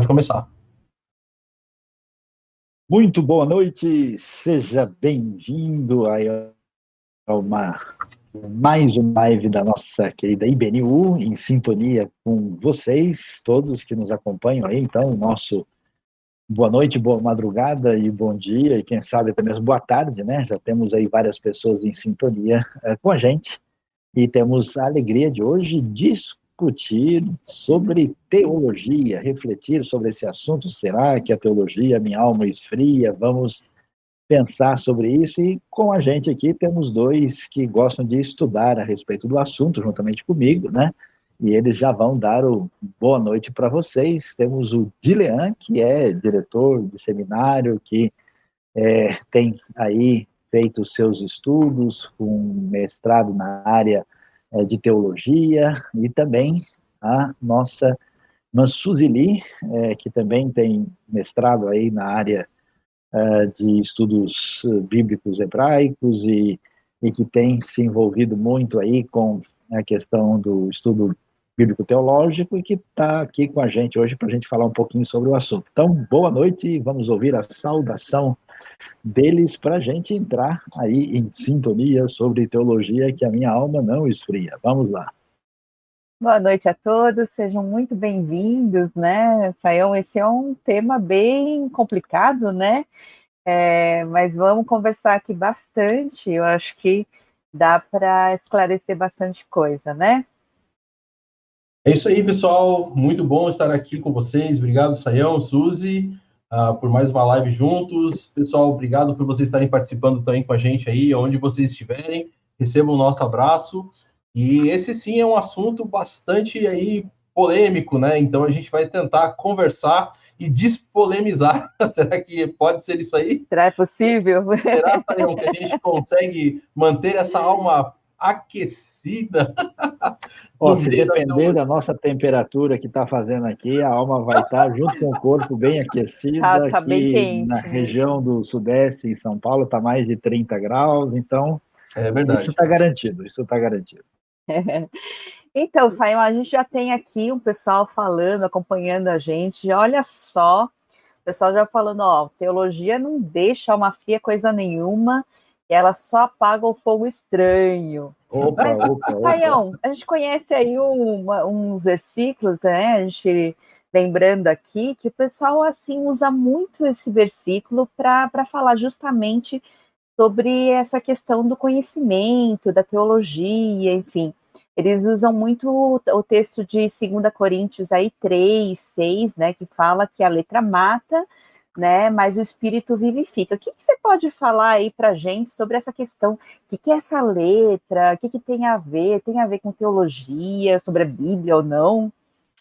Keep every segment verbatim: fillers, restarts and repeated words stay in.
pode começar. Muito boa noite, seja bem-vindo a uma, mais uma live da nossa querida I B N U, em sintonia com vocês, todos que nos acompanham aí. Então, nosso boa noite, boa madrugada e bom dia, e quem sabe até mesmo boa tarde, né? Já temos aí várias pessoas em sintonia é, com a gente, e temos a alegria de hoje discutir sobre teologia, refletir sobre esse assunto. Será que a teologia, minha alma esfria? Vamos pensar sobre isso, e com a gente aqui temos dois que gostam de estudar a respeito do assunto, juntamente comigo, né? E eles já vão dar o boa noite para vocês. Temos o Dilean, que é diretor de seminário, que é, tem aí feito os seus estudos, com mestrado na área é, de teologia, e também a nossa irmã Suzili, é, que também tem mestrado aí na área uh, de estudos bíblicos hebraicos, e, e que tem se envolvido muito aí com a questão do estudo bíblico-teológico, e que está aqui com a gente hoje para a gente falar um pouquinho sobre o assunto. Então, boa noite, e vamos ouvir a saudação deles para a gente entrar aí em sintonia sobre teologia, que a minha alma não esfria. Vamos lá. Boa noite a todos, sejam muito bem-vindos, né, Sayão? Esse é um tema bem complicado, né, é, mas vamos conversar aqui bastante. Eu acho que dá para esclarecer bastante coisa, né? É isso aí, pessoal, muito bom estar aqui com vocês. Obrigado, Sayão, Suzy, uh, por mais uma live juntos. Pessoal, obrigado por vocês estarem participando também com a gente aí, onde vocês estiverem, recebam o nosso abraço. E esse sim é um assunto bastante aí polêmico, né? Então a gente vai tentar conversar e despolemizar. Será que pode ser isso aí? Será possível? Será, Sayão, que a gente consegue manter essa alma aquecida? Oh, se depender da nossa temperatura que está fazendo aqui, a alma vai estar tá junto com o corpo bem aquecida. Tá, tá aqui bem quente, na região do Sudeste, em São Paulo, está mais de trinta graus, então é verdade. Isso está garantido, isso está garantido. Então, Sayão, a gente já tem aqui um pessoal falando, acompanhando a gente. Olha só, o pessoal já falando, ó, teologia não deixa a alma fria coisa nenhuma, ela só apaga o fogo estranho. Opa, Mas, opa, Sayão, opa. a gente conhece aí uma, uns versículos, né? A gente lembrando aqui que o pessoal assim usa muito esse versículo para falar justamente sobre essa questão do conhecimento, da teologia, enfim. Eles usam muito o, o texto de dois Coríntios aí, três, seis, né, que fala que a letra mata, né, mas o espírito vivifica. O que, que você pode falar aí para gente sobre essa questão? O que, que é essa letra? O que, que tem a ver? Tem a ver com teologia, sobre a Bíblia ou não?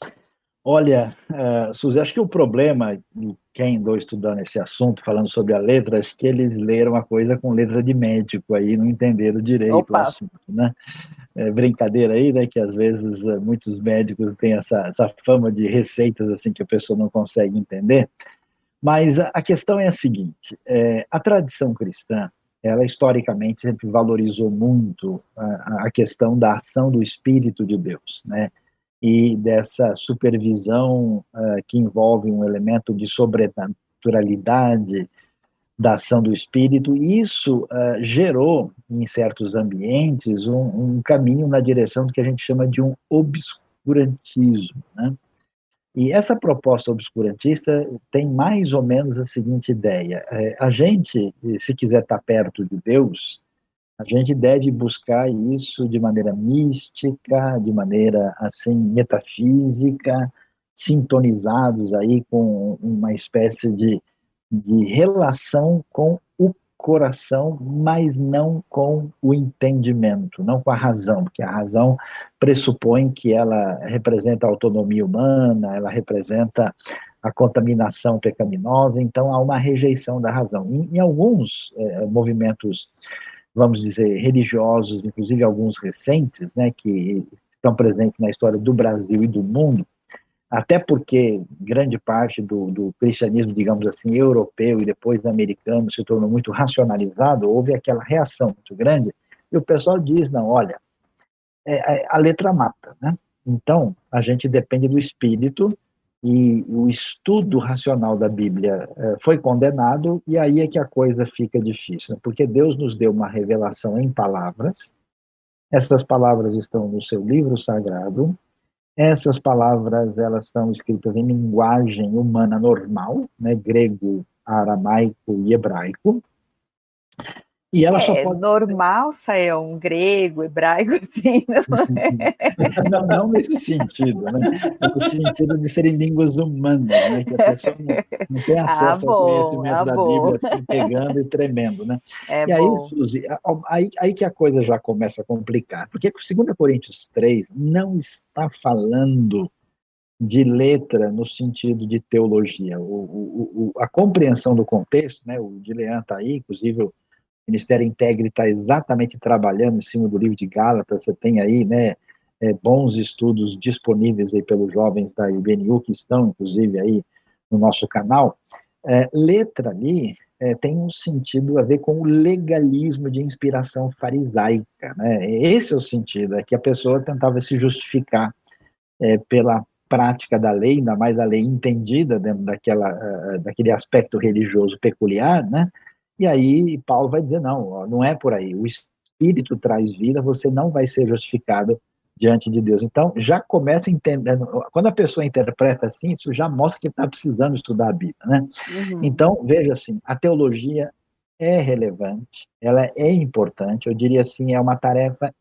Olha, uh, Suzy, acho que o problema de quem andou estudando esse assunto, falando sobre a letra, acho que eles leram a coisa com letra de médico, aí não entenderam direito Opa. o assunto, né? É brincadeira aí, né, que às vezes muitos médicos têm essa, essa fama de receitas assim que a pessoa não consegue entender, mas a, a questão é a seguinte, é, a tradição cristã, ela historicamente sempre valorizou muito a, a questão da ação do Espírito de Deus, né? E dessa supervisão uh, que envolve um elemento de sobrenaturalidade da ação do Espírito. E isso uh, gerou, em certos ambientes, um, um caminho na direção do que a gente chama de um obscurantismo, né? E essa proposta obscurantista tem mais ou menos a seguinte ideia: é, a gente, se quiser estar perto de Deus, a gente deve buscar isso de maneira mística, de maneira assim metafísica, sintonizados aí com uma espécie de, de relação com o coração, mas não com o entendimento, não com a razão, porque a razão pressupõe que ela representa a autonomia humana, ela representa a contaminação pecaminosa, então há uma rejeição da razão. Em, em alguns eh, movimentos, vamos dizer, religiosos, inclusive alguns recentes, né, que estão presentes na história do Brasil e do mundo, até porque grande parte do, do cristianismo, digamos assim, europeu e depois americano se tornou muito racionalizado, houve aquela reação muito grande, e o pessoal diz, não, olha, é, a letra mata, né? Então, a gente depende do Espírito e o estudo racional da Bíblia uh, foi condenado, e aí é que a coisa fica difícil, né? Porque Deus nos deu uma revelação em palavras, essas palavras estão no seu livro sagrado, essas palavras elas são escritas em linguagem humana normal, né? Grego, aramaico e hebraico, e ela é, só pode... normal, Sayão, grego, hebraico, assim, não é? Não, não nesse sentido, né? No sentido de serem línguas humanas, né? Que a pessoa não, não tem acesso ah, ao bom, conhecimento ah, da bom. Bíblia, assim, pegando e tremendo, né? É e aí, bom. Suzy, aí, aí que a coisa já começa a complicar, porque dois Coríntios três não está falando de letra no sentido de teologia. O, o, o, a compreensão do contexto, né? O Dilean está aí, inclusive o Ministério Integre está exatamente trabalhando em cima do livro de Gálatas. Você tem aí, né, é, bons estudos disponíveis aí pelos jovens da I B N U, que estão, inclusive, aí no nosso canal. É, letra ali é, tem um sentido a ver com o legalismo de inspiração farisaica, né? Esse é o sentido, é que a pessoa tentava se justificar é, pela prática da lei, ainda mais a lei entendida dentro daquela, uh, daquele aspecto religioso peculiar, né? E aí Paulo vai dizer, não, não é por aí, o Espírito traz vida, você não vai ser justificado diante de Deus. Então, já começa entendendo, quando a pessoa interpreta assim, isso já mostra que está precisando estudar a Bíblia, né? Uhum. Então, veja assim, a teologia é relevante, ela é importante, eu diria assim, é uma tarefa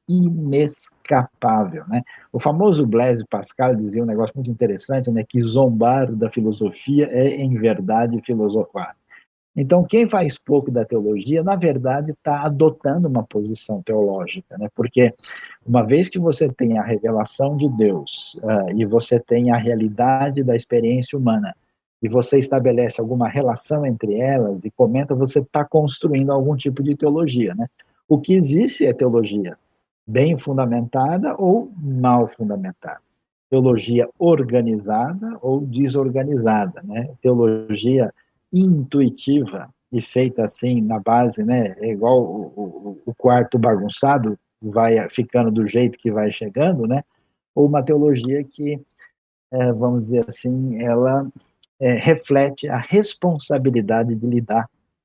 inescapável, né? O famoso Blaise Pascal dizia um negócio muito interessante, né, que zombar da filosofia é, em verdade, filosofar. Então, quem faz pouco da teologia, na verdade, está adotando uma posição teológica, né? Porque uma vez que você tem a revelação de Deus uh, e você tem a realidade da experiência humana, e você estabelece alguma relação entre elas e comenta, você está construindo algum tipo de teologia, né? O que existe é teologia bem fundamentada ou mal fundamentada. Teologia organizada ou desorganizada, né? Teologia intuitiva e feita assim na base, né? É igual o, o, o quarto bagunçado, vai ficando do jeito que vai chegando, né? Ou uma teologia que, é, vamos dizer assim, ela é, reflete a responsabilidade de lidar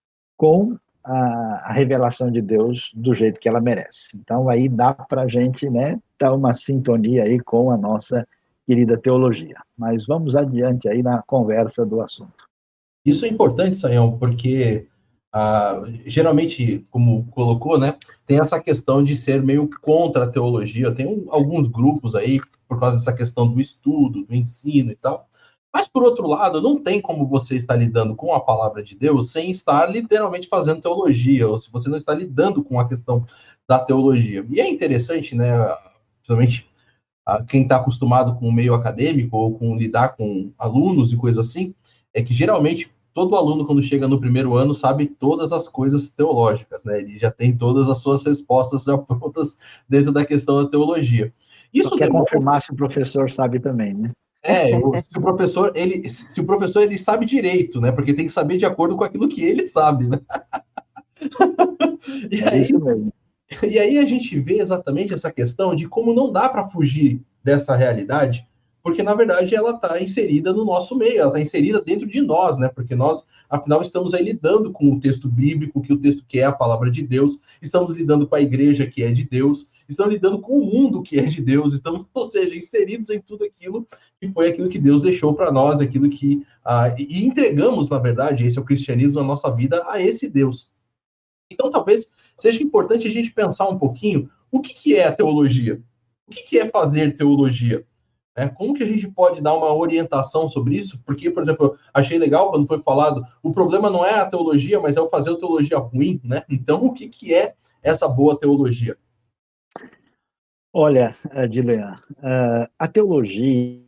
com a, a revelação de Deus do jeito que ela merece. Então, aí dá para a gente, né, dar uma sintonia aí com a nossa querida teologia. Mas vamos adiante aí na conversa do assunto. Isso é importante, Sayão, porque ah, geralmente, como colocou, né, tem essa questão de ser meio contra a teologia. Tem um, alguns grupos aí, por causa dessa questão do estudo, do ensino e tal. Mas, por outro lado, não tem como você estar lidando com a palavra de Deus sem estar literalmente fazendo teologia, ou se você não está lidando com a questão da teologia. E é interessante, né, principalmente ah, quem está acostumado com o meio acadêmico ou com lidar com alunos e coisas assim, é que geralmente todo aluno, quando chega no primeiro ano, sabe todas as coisas teológicas, né? Ele já tem todas as suas respostas já prontas dentro da questão da teologia. Isso Só quer demora... confirmar se o professor sabe também, né? É, se o professor, ele, se o professor, ele sabe direito, né? Porque tem que saber de acordo com aquilo que ele sabe, né? E aí, é isso mesmo. E aí a gente vê exatamente essa questão de como não dá para fugir dessa realidade, porque, na verdade, ela está inserida no nosso meio, ela está inserida dentro de nós, né? Porque nós, afinal, estamos aí lidando com o texto bíblico, que o texto que é a palavra de Deus, estamos lidando com a igreja que é de Deus, estamos lidando com o mundo que é de Deus, estamos, ou seja, inseridos em tudo aquilo que foi aquilo que Deus deixou para nós, aquilo que... Ah, e entregamos, na verdade, esse é o cristianismo na nossa vida, a esse Deus. Então, talvez seja importante a gente pensar um pouquinho o que, que é a teologia, o que, que é fazer teologia. Né? Como que a gente pode dar uma orientação sobre isso? Porque, por exemplo, eu achei legal quando foi falado, o problema não é a teologia, mas é o fazer a teologia ruim, né? Então, o que, que é essa boa teologia? Olha, Dilean, a teologia,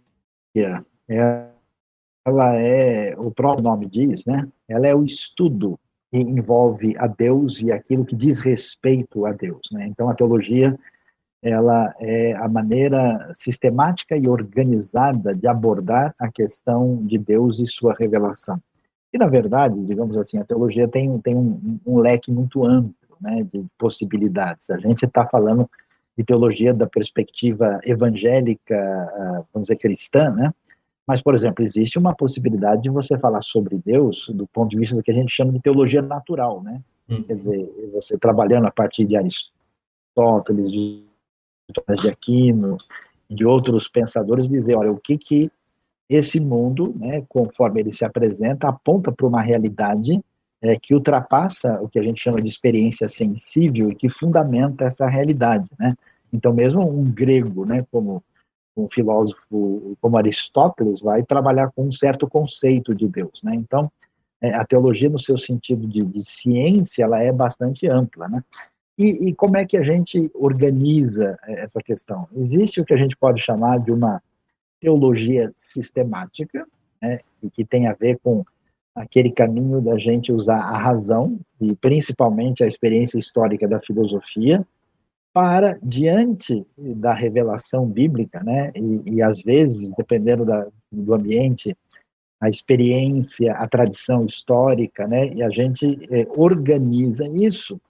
ela é, o próprio nome diz, né? Ela é o estudo que envolve a Deus e aquilo que diz respeito a Deus, né? Então, a teologia, ela é a maneira sistemática e organizada de abordar a questão de Deus e sua revelação. E, na verdade, digamos assim, a teologia tem, tem um, um leque muito amplo, né, de possibilidades. A gente está falando de teologia da perspectiva evangélica, vamos dizer, cristã, né? Mas, por exemplo, existe uma possibilidade de você falar sobre Deus do ponto de vista do que a gente chama de teologia natural, né? Uhum. Quer dizer, você trabalhando a partir de Aristóteles, de Tomás de Aquino, de outros pensadores, dizer, olha, o que que esse mundo, né, conforme ele se apresenta, aponta para uma realidade é, que ultrapassa o que a gente chama de experiência sensível e que fundamenta essa realidade, né? Então, mesmo um grego, né, como um filósofo como Aristóteles, vai trabalhar com um certo conceito de Deus, né? Então, é, a teologia, no seu sentido de, de ciência, ela é bastante ampla, né? E, e como é que a gente organiza essa questão? Existe o que a gente pode chamar de uma teologia sistemática, né, e que tem a ver com aquele caminho da gente usar a razão, e principalmente a experiência histórica da filosofia, para, diante da revelação bíblica, né, e, e às vezes, dependendo da, do ambiente, a experiência, a tradição histórica, né, e a gente eh, organiza isso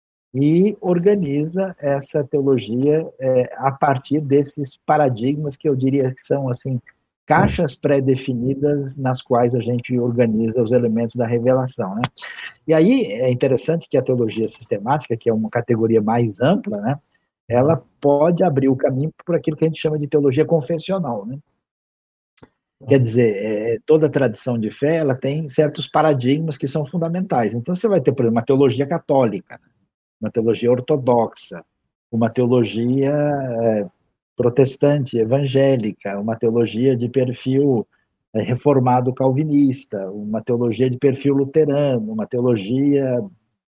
e organiza essa teologia eh, a partir desses paradigmas que eu diria que são, assim, caixas pré-definidas nas quais a gente organiza os elementos da revelação, né? E aí é interessante que a teologia sistemática, que é uma categoria mais ampla, né, ela pode abrir o caminho para aquilo que a gente chama de teologia confessional, né? Quer dizer, é, toda tradição de fé, ela tem certos paradigmas que são fundamentais. Então, você vai ter, por exemplo, uma teologia católica, uma teologia ortodoxa, uma teologia é, protestante, evangélica, uma teologia de perfil é, reformado calvinista, uma teologia de perfil luterano, uma teologia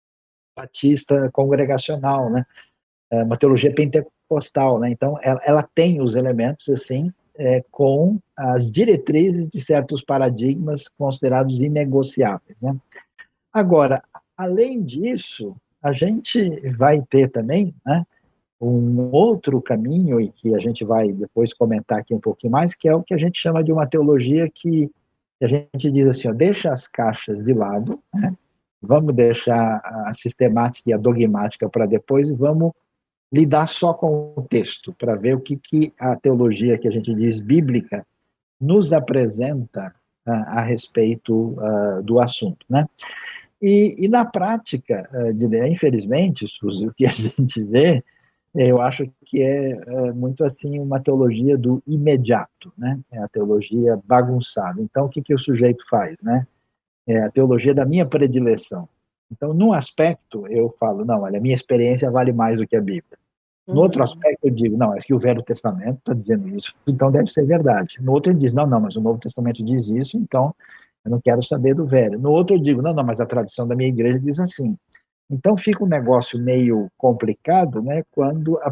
batista congregacional, né? É, uma teologia pentecostal, né? Então, ela, ela tem os elementos, assim, é, com as diretrizes de certos paradigmas considerados inegociáveis, né? Agora, além disso, a gente vai ter também, né, um outro caminho, e que a gente vai depois comentar aqui um pouquinho mais, que é o que a gente chama de uma teologia que a gente diz assim, ó, deixa as caixas de lado, né, vamos deixar a sistemática e a dogmática para depois e vamos lidar só com o texto, para ver o que, que a teologia que a gente diz bíblica nos apresenta uh, a respeito uh, do assunto, né? E, e na prática, uh, infelizmente, Suzy, o que a gente vê, eu acho que é, é muito assim uma teologia do imediato, né? É a teologia bagunçada. Então, o que, que o sujeito faz, né? É a teologia da minha predileção. Então, num aspecto, eu falo, não, olha, a minha experiência vale mais do que a Bíblia. No outro aspecto, eu digo, não, é que o Velho Testamento está dizendo isso, então deve ser verdade. No outro, ele diz, não, não, mas o Novo Testamento diz isso, então eu não quero saber do Velho. No outro, eu digo, não, não, mas a tradição da minha igreja diz assim. Então fica um negócio meio complicado, né, quando a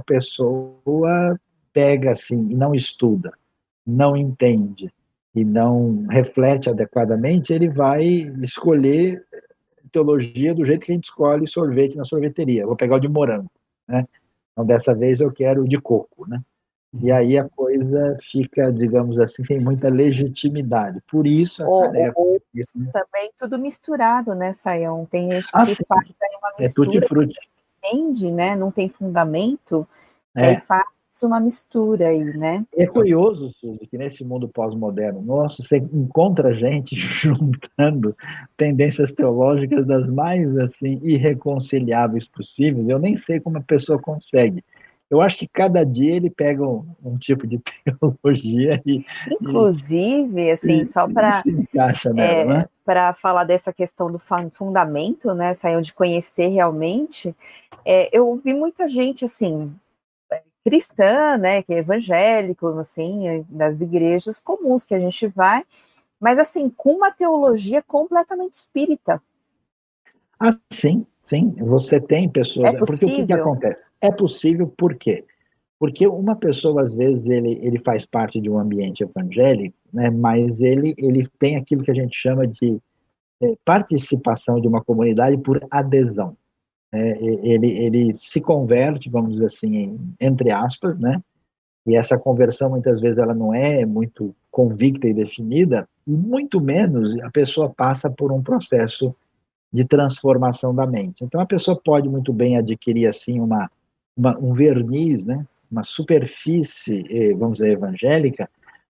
pessoa pega assim e não estuda, não entende e não reflete adequadamente, ele vai escolher teologia do jeito que a gente escolhe sorvete na sorveteria. Eu vou pegar o de morango, né? Então, dessa vez eu quero o de coco, né? E aí a coisa fica, digamos assim, sem muita legitimidade. Por isso a ou, tarefa... Ou também tudo misturado, né, Sayão? Tem gente que ah, faz uma mistura, é tutti-frutti. Entende, né? Não tem fundamento, é. Aí faz uma mistura aí, né? É curioso, Suzy, que nesse mundo pós-moderno nosso, você encontra gente juntando tendências teológicas das mais, assim, irreconciliáveis possíveis. Eu nem sei como a pessoa consegue. Eu acho que cada dia ele pega um, um tipo de teologia e... Inclusive, e, assim, só para... se encaixa nela, é, né? Para falar dessa questão do fundamento, né, Sayão, de conhecer realmente, é, eu vi muita gente, assim... cristã, né, que é evangélico, assim, das igrejas comuns que a gente vai, mas assim, com uma teologia completamente espírita. Ah, sim, sim, você tem pessoas... É porque o que, que acontece? É possível por quê? Porque uma pessoa, às vezes, ele, ele faz parte de um ambiente evangélico, né, mas ele, ele tem aquilo que a gente chama de é, participação de uma comunidade por adesão. É, ele, ele se converte, vamos dizer assim, em, entre aspas, né? E essa conversão, muitas vezes, ela não é muito convicta e definida, e muito menos a pessoa passa por um processo de transformação da mente. Então, a pessoa pode muito bem adquirir, assim, uma, uma, um verniz, né? Uma superfície, vamos dizer, evangélica,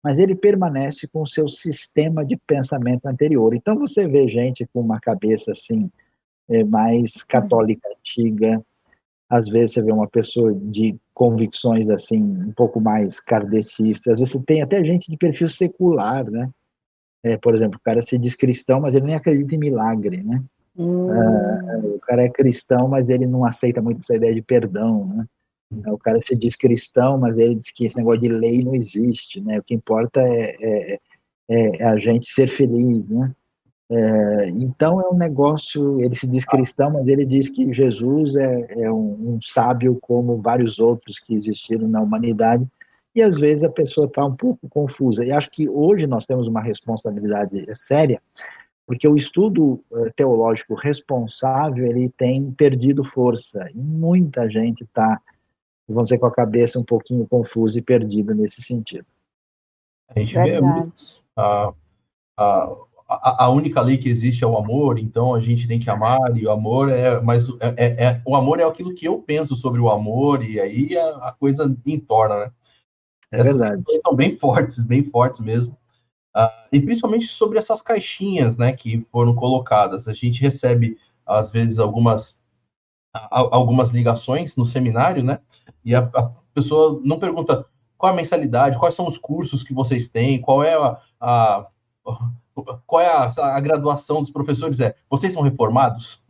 mas ele permanece com o seu sistema de pensamento anterior. Então você vê gente com uma cabeça assim, é, mais católica antiga, às vezes você vê uma pessoa de convicções assim, um pouco mais kardecistas, às vezes você tem até gente de perfil secular, né? É, por exemplo, o cara se diz cristão, mas ele nem acredita em milagre, né? Hum. Ah, o cara é cristão, mas ele não aceita muito essa ideia de perdão, né? O cara se diz cristão, mas ele diz que esse negócio de lei não existe, né? O que importa é, é, é a gente ser feliz, né? É, então é um negócio, ele se diz cristão, mas ele diz que Jesus é, é um, um sábio como vários outros que existiram na humanidade, e às vezes a pessoa está um pouco confusa. E acho que hoje nós temos uma responsabilidade séria, porque o estudo teológico responsável, ele tem perdido força, e muita gente está, vamos dizer, com a cabeça um pouquinho confusa e perdida nesse sentido. A gente vê a, a, a única lei que existe é o amor, então a gente tem que amar, e o amor é, mas é, é, é, o amor é aquilo que eu penso sobre o amor, e aí a, a coisa entorna, né? É Essas verdade. questões são bem fortes, bem fortes mesmo. Uh, e principalmente sobre essas caixinhas, né, que foram colocadas. A gente recebe, às vezes, algumas, algumas ligações no seminário, né, e a, a pessoa não pergunta qual é a mensalidade, quais são os cursos que vocês têm, qual é a, a qual é a, a graduação dos professores, é, vocês são reformados?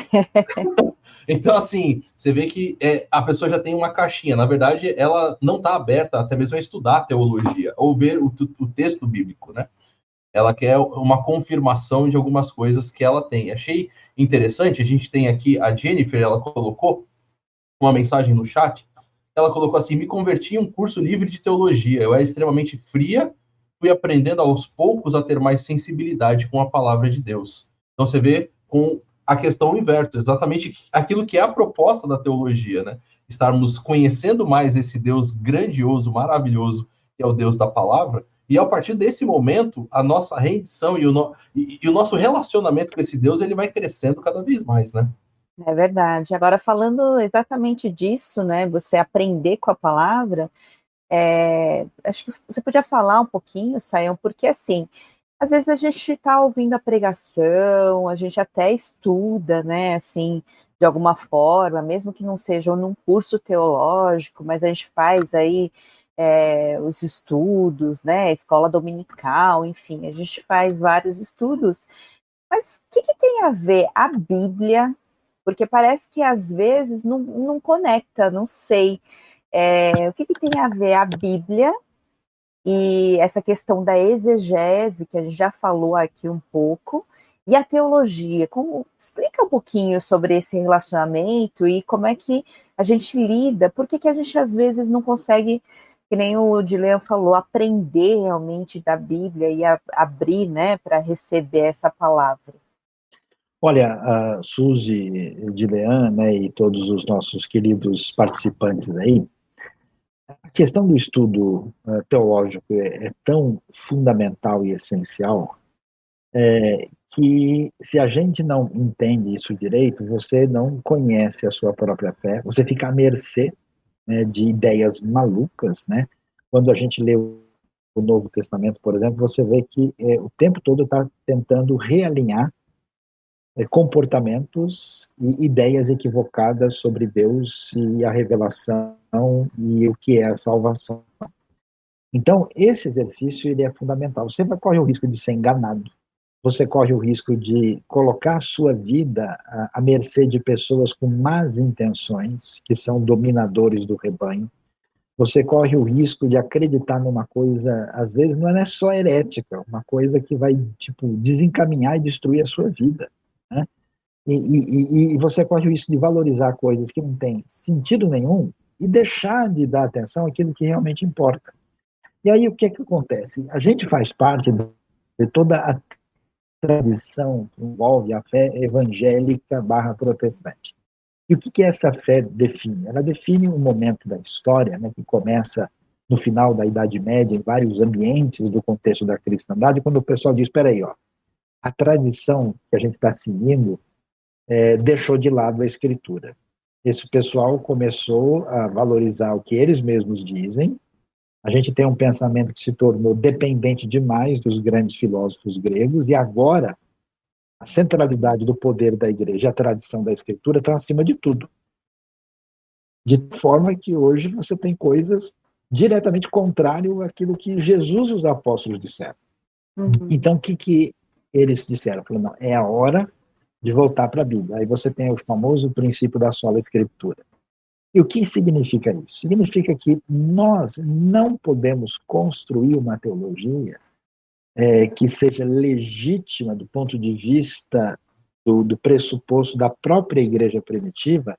Então, assim, você vê que é, a pessoa já tem uma caixinha. Na verdade, ela não está aberta até mesmo a estudar teologia, ou ver o, o texto bíblico, né? Ela quer uma confirmação de algumas coisas que ela tem. Achei interessante, a gente tem aqui a Jennifer, ela colocou uma mensagem no chat, ela colocou assim, me converti em um curso livre de teologia, eu era extremamente fria, fui aprendendo aos poucos a ter mais sensibilidade com a palavra de Deus. Então você vê com a questão inversa, exatamente aquilo que é a proposta da teologia, né? Estarmos conhecendo mais esse Deus grandioso, maravilhoso, que é o Deus da palavra, e a partir desse momento, a nossa rendição e o, no... e, e o nosso relacionamento com esse Deus, ele vai crescendo cada vez mais, né? É verdade. Agora, falando exatamente disso, né, você aprender com a palavra, é, acho que você podia falar um pouquinho, Sayão, porque assim, às vezes a gente está ouvindo a pregação, a gente até estuda, né, assim, de alguma forma, mesmo que não seja num curso teológico, mas a gente faz aí é, os estudos, né, escola dominical, enfim, a gente faz vários estudos. Mas o que, que tem a ver a Bíblia? Porque parece que às vezes não, não conecta, não sei. É, o que, que tem a ver a Bíblia e essa questão da exegese, que a gente já falou aqui um pouco, e a teologia? Como, explica um pouquinho sobre esse relacionamento e como é que a gente lida, por que, que a gente às vezes não consegue, que nem o Dilean falou, aprender realmente da Bíblia e a, abrir, né, para receber essa palavra? Olha, a Suzy, Dilean, né, e todos os nossos queridos participantes aí, a questão do estudo uh, teológico é, é tão fundamental e essencial é, que se a gente não entende isso direito, você não conhece a sua própria fé, você fica à mercê, né, de ideias malucas, né? Quando a gente lê o Novo Testamento, por exemplo, você vê que é, o tempo todo está tentando realinhar é, comportamentos e ideias equivocadas sobre Deus e a revelação e o que é a salvação. Então, esse exercício ele é fundamental. Você vai corre o risco de ser enganado, você corre o risco de colocar a sua vida à, à mercê de pessoas com más intenções, que são dominadores do rebanho. Você corre o risco de acreditar numa coisa, às vezes não é só herética, uma coisa que vai tipo desencaminhar e destruir a sua vida, né? E, e, e você corre o risco de valorizar coisas que não têm sentido nenhum e deixar de dar atenção àquilo que realmente importa. E aí o que é que acontece? A gente faz parte de toda a tradição que envolve a fé evangélica barra protestante. E o que, que essa fé define? Ela define um momento da história, né, que começa no final da Idade Média, em vários ambientes do contexto da cristandade, quando o pessoal diz, espera aí, ó, a tradição que a gente está seguindo é, deixou de lado a Escritura. Esse pessoal começou a valorizar o que eles mesmos dizem A gente tem um pensamento que se tornou dependente demais dos grandes filósofos gregos, e agora a centralidade do poder da igreja, a tradição da escritura, está acima de tudo. De forma que hoje você tem coisas diretamente contrárias àquilo que Jesus e os apóstolos disseram. Uhum. Então, o que, que eles disseram? Falaram, não, é a hora de voltar para a Bíblia. Aí você tem o famoso princípio da sola escritura. E o que significa isso? Significa que nós não podemos construir uma teologia é, que seja legítima do ponto de vista do, do pressuposto da própria igreja primitiva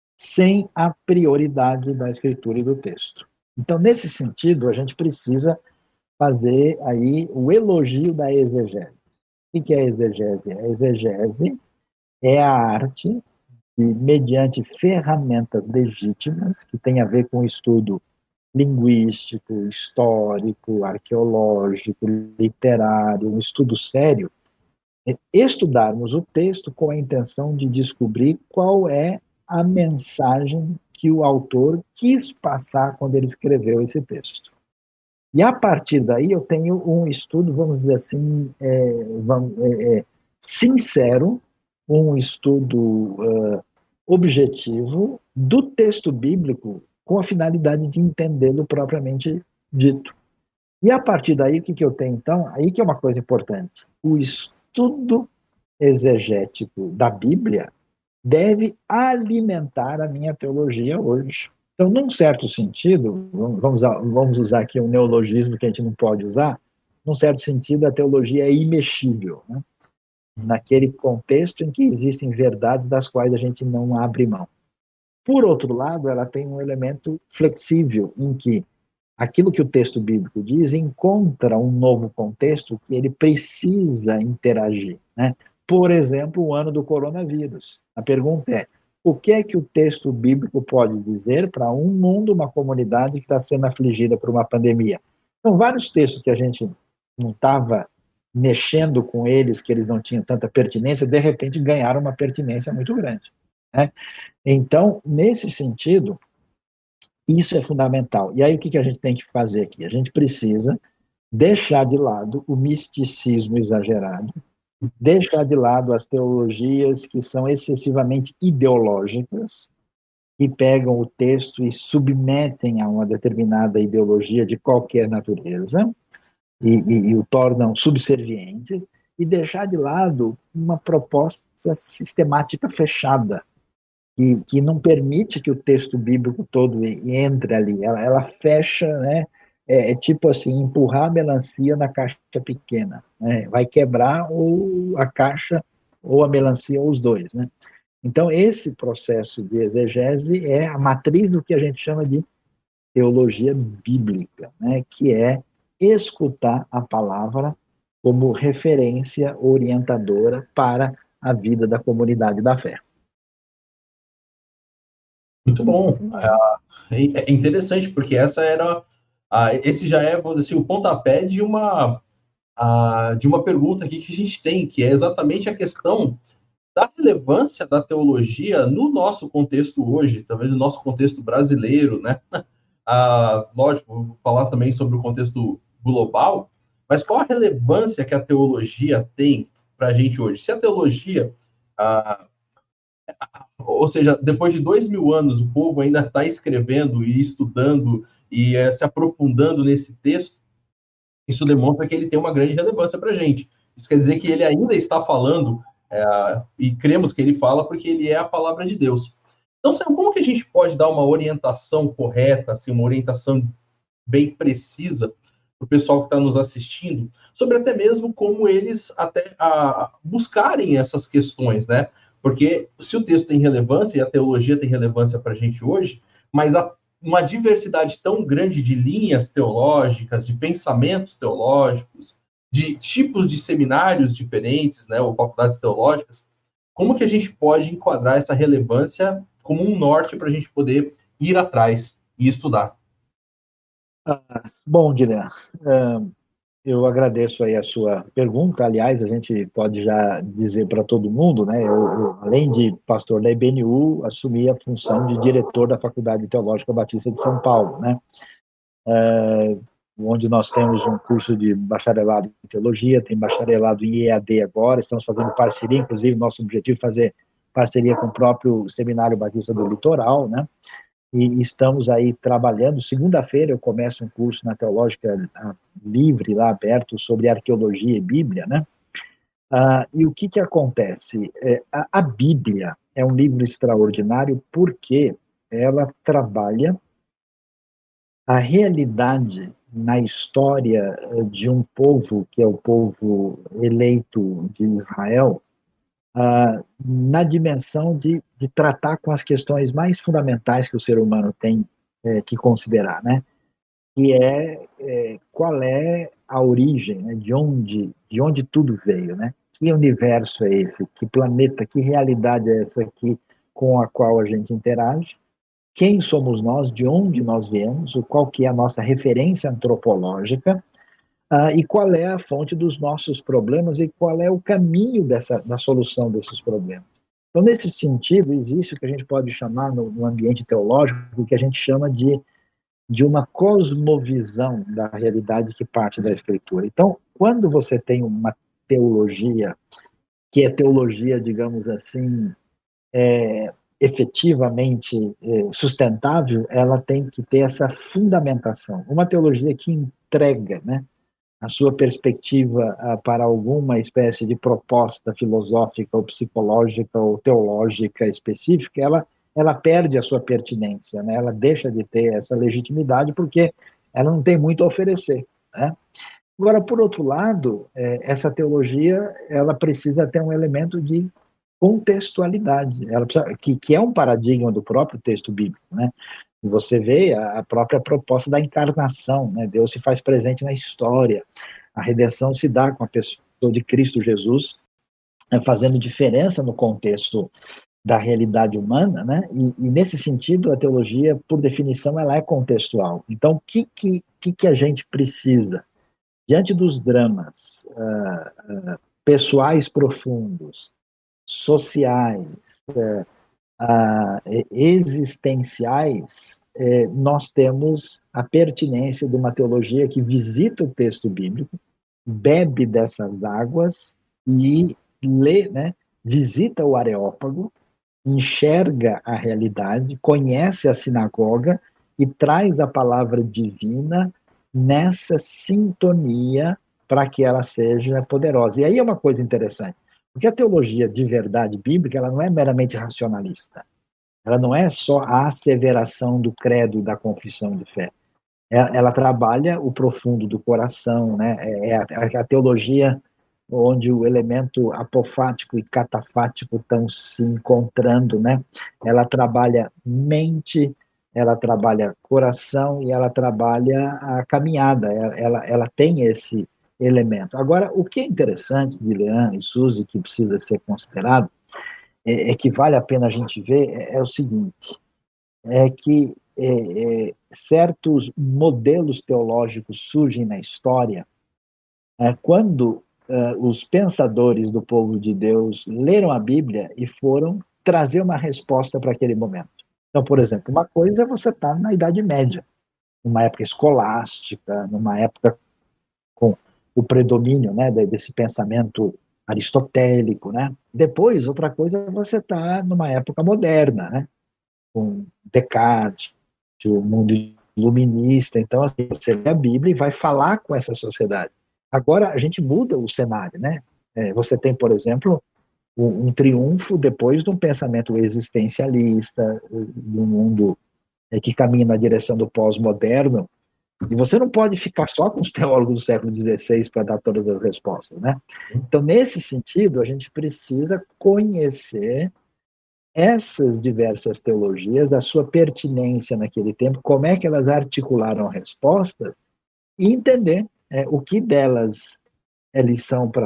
sem a prioridade da escritura e do texto. Então, nesse sentido, a gente precisa fazer aí o elogio da exegese. O que é a exegese? A exegese é a arte de, mediante ferramentas legítimas, que tem a ver com o estudo linguístico, histórico, arqueológico, literário, um estudo sério, é estudarmos o texto com a intenção de descobrir qual é a mensagem que o autor quis passar quando ele escreveu esse texto. E a partir daí eu tenho um estudo, vamos dizer assim, é, vamos, é, é, sincero, um estudo uh, objetivo do texto bíblico com a finalidade de entendê-lo propriamente dito. E a partir daí, o que, que eu tenho então? Aí que é uma coisa importante. O estudo exegético da Bíblia deve alimentar a minha teologia hoje. Então, num certo sentido, vamos, vamos usar aqui um neologismo que a gente não pode usar, num certo sentido, a teologia é imexível, né? Naquele contexto em que existem verdades das quais a gente não abre mão. Por outro lado, ela tem um elemento flexível, em que aquilo que o texto bíblico diz encontra um novo contexto que ele precisa interagir, né? Por exemplo, o ano do coronavírus. A pergunta é, o que é que o texto bíblico pode dizer para um mundo, uma comunidade que está sendo afligida por uma pandemia? Então, vários textos que a gente não estava mexendo com eles, que eles não tinham tanta pertinência, de repente ganharam uma pertinência muito grande, né? Então, nesse sentido, isso é fundamental. E aí, o que a gente tem que fazer aqui? A gente precisa deixar de lado o misticismo exagerado, deixar de lado as teologias que são excessivamente ideológicas, que pegam o texto e submetem a uma determinada ideologia de qualquer natureza e, e, e o tornam subservientes, e deixar de lado uma proposta sistemática fechada, que, que não permite que o texto bíblico todo entre ali. Ela, ela fecha, né? É, é tipo assim, empurrar a melancia na caixa pequena, né? Vai quebrar ou a caixa ou a melancia, ou os dois, né? Então, esse processo de exegese é a matriz do que a gente chama de teologia bíblica, né? Que é escutar a palavra como referência orientadora para a vida da comunidade da fé. Muito bom. É interessante, porque essa era... Ah, esse já é, vamos dizer assim, o pontapé de uma, ah, de uma pergunta aqui que a gente tem, que é exatamente a questão da relevância da teologia no nosso contexto hoje, talvez no nosso contexto brasileiro, né? Ah, lógico, vou falar também sobre o contexto global, mas qual a relevância que a teologia tem para a gente hoje? Se a teologia... Ah, ou seja, depois de dois mil anos, o povo ainda está escrevendo e estudando e é, se aprofundando nesse texto, isso demonstra que ele tem uma grande relevância para a gente. Isso quer dizer que ele ainda está falando, é, e cremos que ele fala porque ele é a palavra de Deus. Então, como que a gente pode dar uma orientação correta, assim, uma orientação bem precisa para o pessoal que está nos assistindo, sobre até mesmo como eles até a, buscarem essas questões, né? Porque se o texto tem relevância, e a teologia tem relevância para a gente hoje, mas há uma diversidade tão grande de linhas teológicas, de pensamentos teológicos, de tipos de seminários diferentes, né, ou faculdades teológicas, como que a gente pode enquadrar essa relevância como um norte para a gente poder ir atrás e estudar? Ah, bom, Guilherme, uh, eu agradeço aí a sua pergunta. Aliás, a gente pode já dizer para todo mundo, né? Eu, eu, além de pastor da I B N U, assumi a função de diretor da Faculdade Teológica Batista de São Paulo, né? uh, onde nós temos um curso de bacharelado em teologia, tem bacharelado em E A D agora, estamos fazendo parceria, inclusive nosso objetivo é fazer parceria com o próprio Seminário Batista do Litoral, né? E estamos aí trabalhando. Segunda-feira eu começo um curso na Teológica Livre, lá aberto, sobre arqueologia e Bíblia, né? Ah, e o que que acontece? É, a, a Bíblia é um livro extraordinário porque ela trabalha a realidade na história de um povo, que é o povo eleito de Israel, uh, na dimensão de, de tratar com as questões mais fundamentais que o ser humano tem é, que considerar, né? Que é, é qual é a origem, né? de, onde, de onde tudo veio, né? Que universo é esse? Que planeta, que realidade é essa aqui com a qual a gente interage? Quem somos nós, de onde nós viemos, qual que é a nossa referência antropológica, uh, e qual é a fonte dos nossos problemas e qual é o caminho dessa, da solução desses problemas. Então, nesse sentido, existe o que a gente pode chamar, no, no ambiente teológico, o que a gente chama de, de uma cosmovisão da realidade que parte da Escritura. Então, quando você tem uma teologia, que é teologia, digamos assim, é, efetivamente sustentável, ela tem que ter essa fundamentação. Uma teologia que entrega, né, a sua perspectiva uh, para alguma espécie de proposta filosófica ou psicológica ou teológica específica, ela, ela perde a sua pertinência, né? Ela deixa de ter essa legitimidade porque ela não tem muito a oferecer, né? Agora, por outro lado, eh, essa teologia ela precisa ter um elemento de contextualidade, ela precisa, que, que é um paradigma do próprio texto bíblico, né? Você vê a, a própria proposta da encarnação, né? Deus se faz presente na história, a redenção se dá com a pessoa de Cristo Jesus, né, fazendo diferença no contexto da realidade humana, né? E, e nesse sentido a teologia, por definição, ela é contextual. Então, o que, que, que a gente precisa? Diante dos dramas uh, uh, pessoais profundos, sociais, uh, uh, existenciais, uh, nós temos a pertinência de uma teologia que visita o texto bíblico, bebe dessas águas e lê, né, visita o Areópago, enxerga a realidade, conhece a sinagoga e traz a palavra divina nessa sintonia para que ela seja poderosa. E aí é uma coisa interessante, porque a teologia de verdade bíblica, ela não é meramente racionalista, ela não é só a asseveração do credo e da confissão de fé, ela, ela trabalha o profundo do coração, né? É a, a teologia onde o elemento apofático e catafático estão se encontrando, né? Ela trabalha mente, ela trabalha coração e ela trabalha a caminhada, ela, ela tem esse elemento. Agora, o que é interessante de Leão e Suzy, que precisa ser considerado, é, é que vale a pena a gente ver, é, é o seguinte, é que é, é, certos modelos teológicos surgem na história é, quando é, os pensadores do povo de Deus leram a Bíblia e foram trazer uma resposta para aquele momento. Então, por exemplo, uma coisa é você estar na Idade Média, numa época escolástica, numa época com o predomínio, né, desse pensamento aristotélico, né? Depois, outra coisa é você estar numa época moderna, né, com Descartes, o mundo iluminista. Então, assim, você lê a Bíblia e vai falar com essa sociedade. Agora, a gente muda o cenário, né? É, você tem, por exemplo, um, um triunfo depois de um pensamento existencialista, de um mundo é, que caminha na direção do pós-moderno, e você não pode ficar só com os teólogos do século dezesseis para dar todas as respostas, né? Então, nesse sentido, a gente precisa conhecer essas diversas teologias, a sua pertinência naquele tempo, como é que elas articularam respostas, e entender é, o que delas é lição para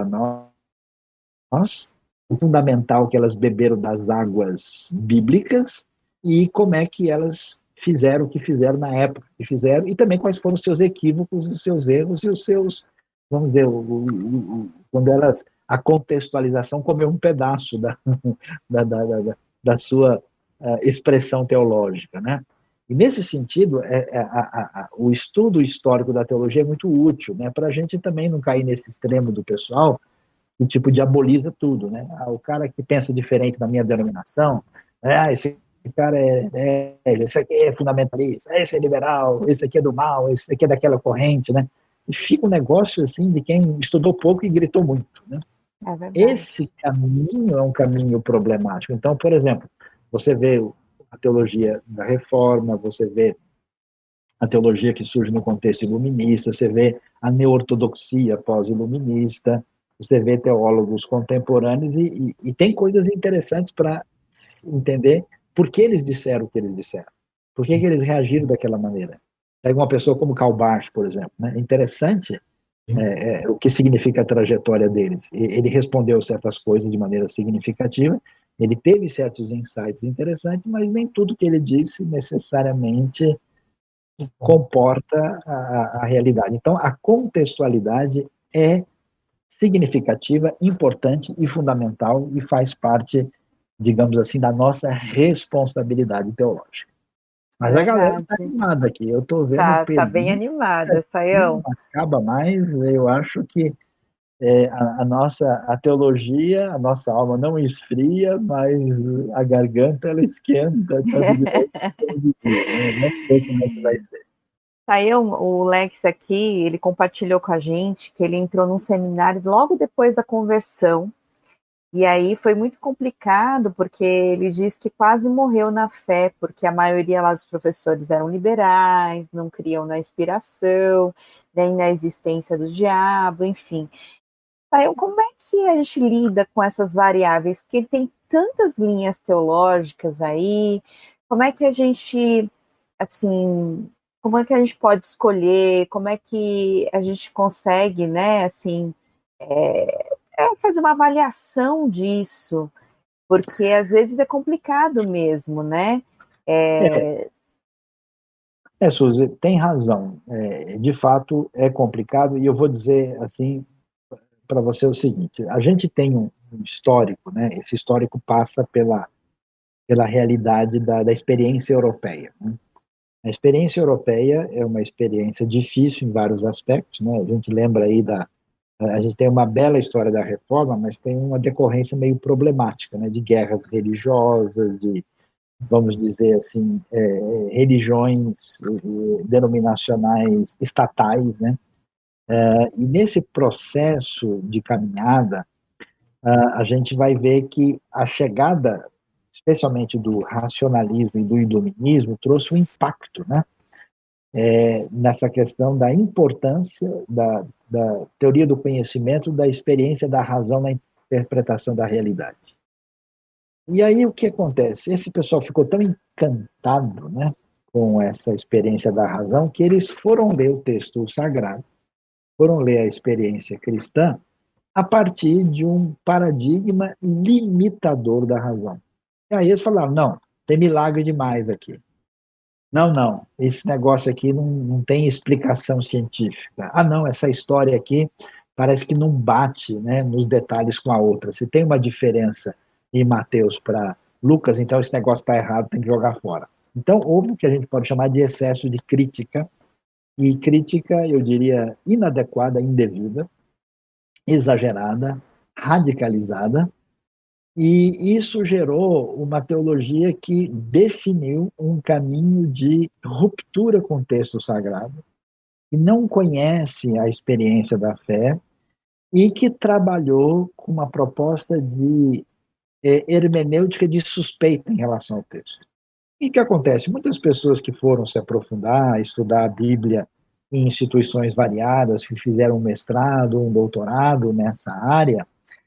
nós, o fundamental que elas beberam das águas bíblicas, e como é que elas fizeram o que fizeram na época que fizeram, e também quais foram os seus equívocos, os seus erros e os seus, vamos dizer, o, o, o, quando elas, a contextualização comeu um pedaço da, da, da, da, da sua uh, expressão teológica, né? E, nesse sentido, é, é, a, a, a, o estudo histórico da teologia é muito útil, né, para a gente também não cair nesse extremo do pessoal que tipo diaboliza tudo. Né? Ah, o cara que pensa diferente da minha denominação, né, ah, esse cara é, é, esse aqui é fundamentalista, esse é liberal, esse aqui é do mal, esse aqui é daquela corrente. Né? E fica um negócio assim de quem estudou pouco e gritou muito. Né? É Esse caminho é um caminho problemático. Então, por exemplo, você vê a teologia da reforma, você vê a teologia que surge no contexto iluminista, você vê a neo-ortodoxia pós-iluminista, você vê teólogos contemporâneos e, e, e tem coisas interessantes para entender por que eles disseram o que eles disseram, por que, que eles reagiram daquela maneira. Pega uma pessoa como Karl Barth, por exemplo, né? É interessante é, é, o que significa a trajetória deles. Ele respondeu certas coisas de maneira significativa, ele teve certos insights interessantes, mas nem tudo que ele disse necessariamente comporta a, a realidade. Então, a contextualidade é significativa, importante e fundamental e faz parte, digamos assim, da nossa responsabilidade teológica. Mas é a galera está animada aqui, eu estou vendo... Tá, tá bem animada, Sayão. Não acaba mais, eu acho que é, a, a nossa a teologia, a nossa alma não esfria, mas a garganta ela esquenta todo dia, todo dia, né? Não sei como é que vai ser. Sayão, o Lex aqui, ele compartilhou com a gente que ele entrou num seminário logo depois da conversão, e aí foi muito complicado, porque ele diz que quase morreu na fé, porque a maioria lá dos professores eram liberais, não criam na inspiração, nem na existência do diabo, enfim. Sayão, como é que a gente lida com essas variáveis? Porque tem tantas linhas teológicas aí, como é que a gente, assim... Como é que a gente pode escolher? Como é que a gente consegue, né, assim, é, é fazer uma avaliação disso? Porque às vezes é complicado mesmo, né? É, É, é Suzy, tem razão. É, de fato, é complicado, e eu vou dizer assim para você o seguinte: a gente tem um histórico, né? Esse histórico passa pela, pela realidade da, da experiência europeia. Né? A experiência europeia é uma experiência difícil em vários aspectos, né? A gente lembra aí da... A gente tem uma bela história da reforma, mas tem uma decorrência meio problemática, né? De guerras religiosas, de, vamos dizer assim, é, religiões é, denominacionais estatais, né? É, e nesse processo de caminhada, a gente vai ver que a chegada, especialmente do racionalismo e do iluminismo, trouxe um impacto, né? É, nessa questão da importância da, da teoria do conhecimento, da experiência da razão na interpretação da realidade. E aí o que acontece? Esse pessoal ficou tão encantado, né, com essa experiência da razão que eles foram ler o texto sagrado, foram ler a experiência cristã a partir de um paradigma limitador da razão. E aí eles falaram, não, tem milagre demais aqui. Não, não, esse negócio aqui não, não tem explicação científica. Ah, não, essa história aqui parece que não bate, né, nos detalhes com a outra. Se tem uma diferença em Mateus para Lucas, então esse negócio está errado, tem que jogar fora. Então, houve o que a gente pode chamar de excesso de crítica, e crítica, eu diria, inadequada, indevida, exagerada, radicalizada, e isso gerou uma teologia que definiu um caminho de ruptura com o texto sagrado, que não conhece a experiência da fé e que trabalhou com uma proposta de é, hermenêutica de suspeita em relação ao texto. E o que acontece? Muitas pessoas que foram se aprofundar, estudar a Bíblia em instituições variadas, que fizeram um mestrado, um doutorado nessa área,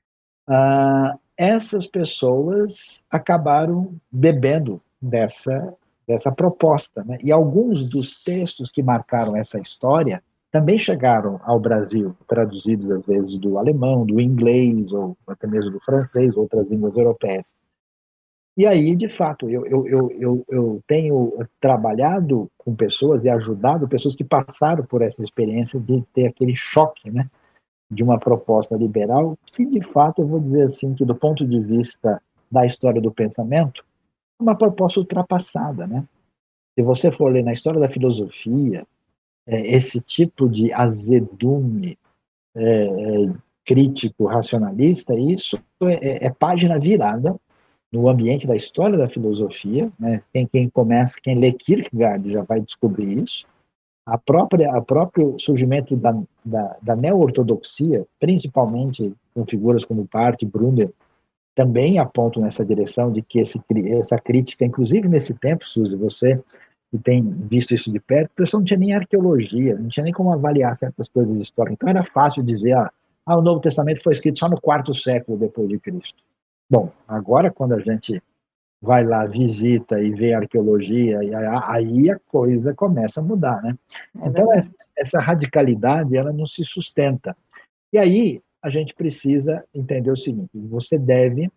ah, essas pessoas acabaram bebendo dessa, dessa proposta. Né? E alguns dos textos que marcaram essa história também chegaram ao Brasil, traduzidos às vezes do alemão, do inglês, ou até mesmo do francês, outras línguas europeias. E aí, de fato, eu, eu, eu, eu, eu tenho trabalhado com pessoas e ajudado pessoas que passaram por essa experiência de ter aquele choque, né? De uma proposta liberal, que de fato eu vou dizer assim, que do ponto de vista da história do pensamento, é uma proposta ultrapassada, né? Se você for ler na história da filosofia, é, esse tipo de azedume é, é, crítico, racionalista, isso é, é página virada no ambiente da história da filosofia, né? Quem, quem começa, quem lê Kierkegaard já vai descobrir isso. A própria, a próprio surgimento da, da, da neo-ortodoxia, principalmente com figuras como Barth e Brunner, também apontam nessa direção de que esse, essa crítica, inclusive nesse tempo, Suzy, você que tem visto isso de perto, o pessoal não tinha nem arqueologia, não tinha nem como avaliar certas coisas históricas. Então era fácil dizer, ah, ah, o Novo Testamento foi escrito só no quarto século depois de Cristo. Bom, agora quando a gente vai lá, visita e vê a arqueologia, e aí a coisa começa a mudar, né? É então, essa, essa radicalidade, ela não se sustenta. E aí, a gente precisa entender o seguinte, você deve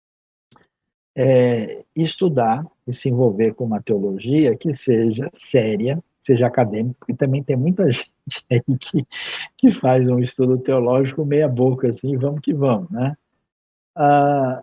é, estudar e se envolver com uma teologia que seja séria, seja acadêmica, porque também tem muita gente aí que, que faz um estudo teológico meia boca, assim, vamos que vamos, né? Ah,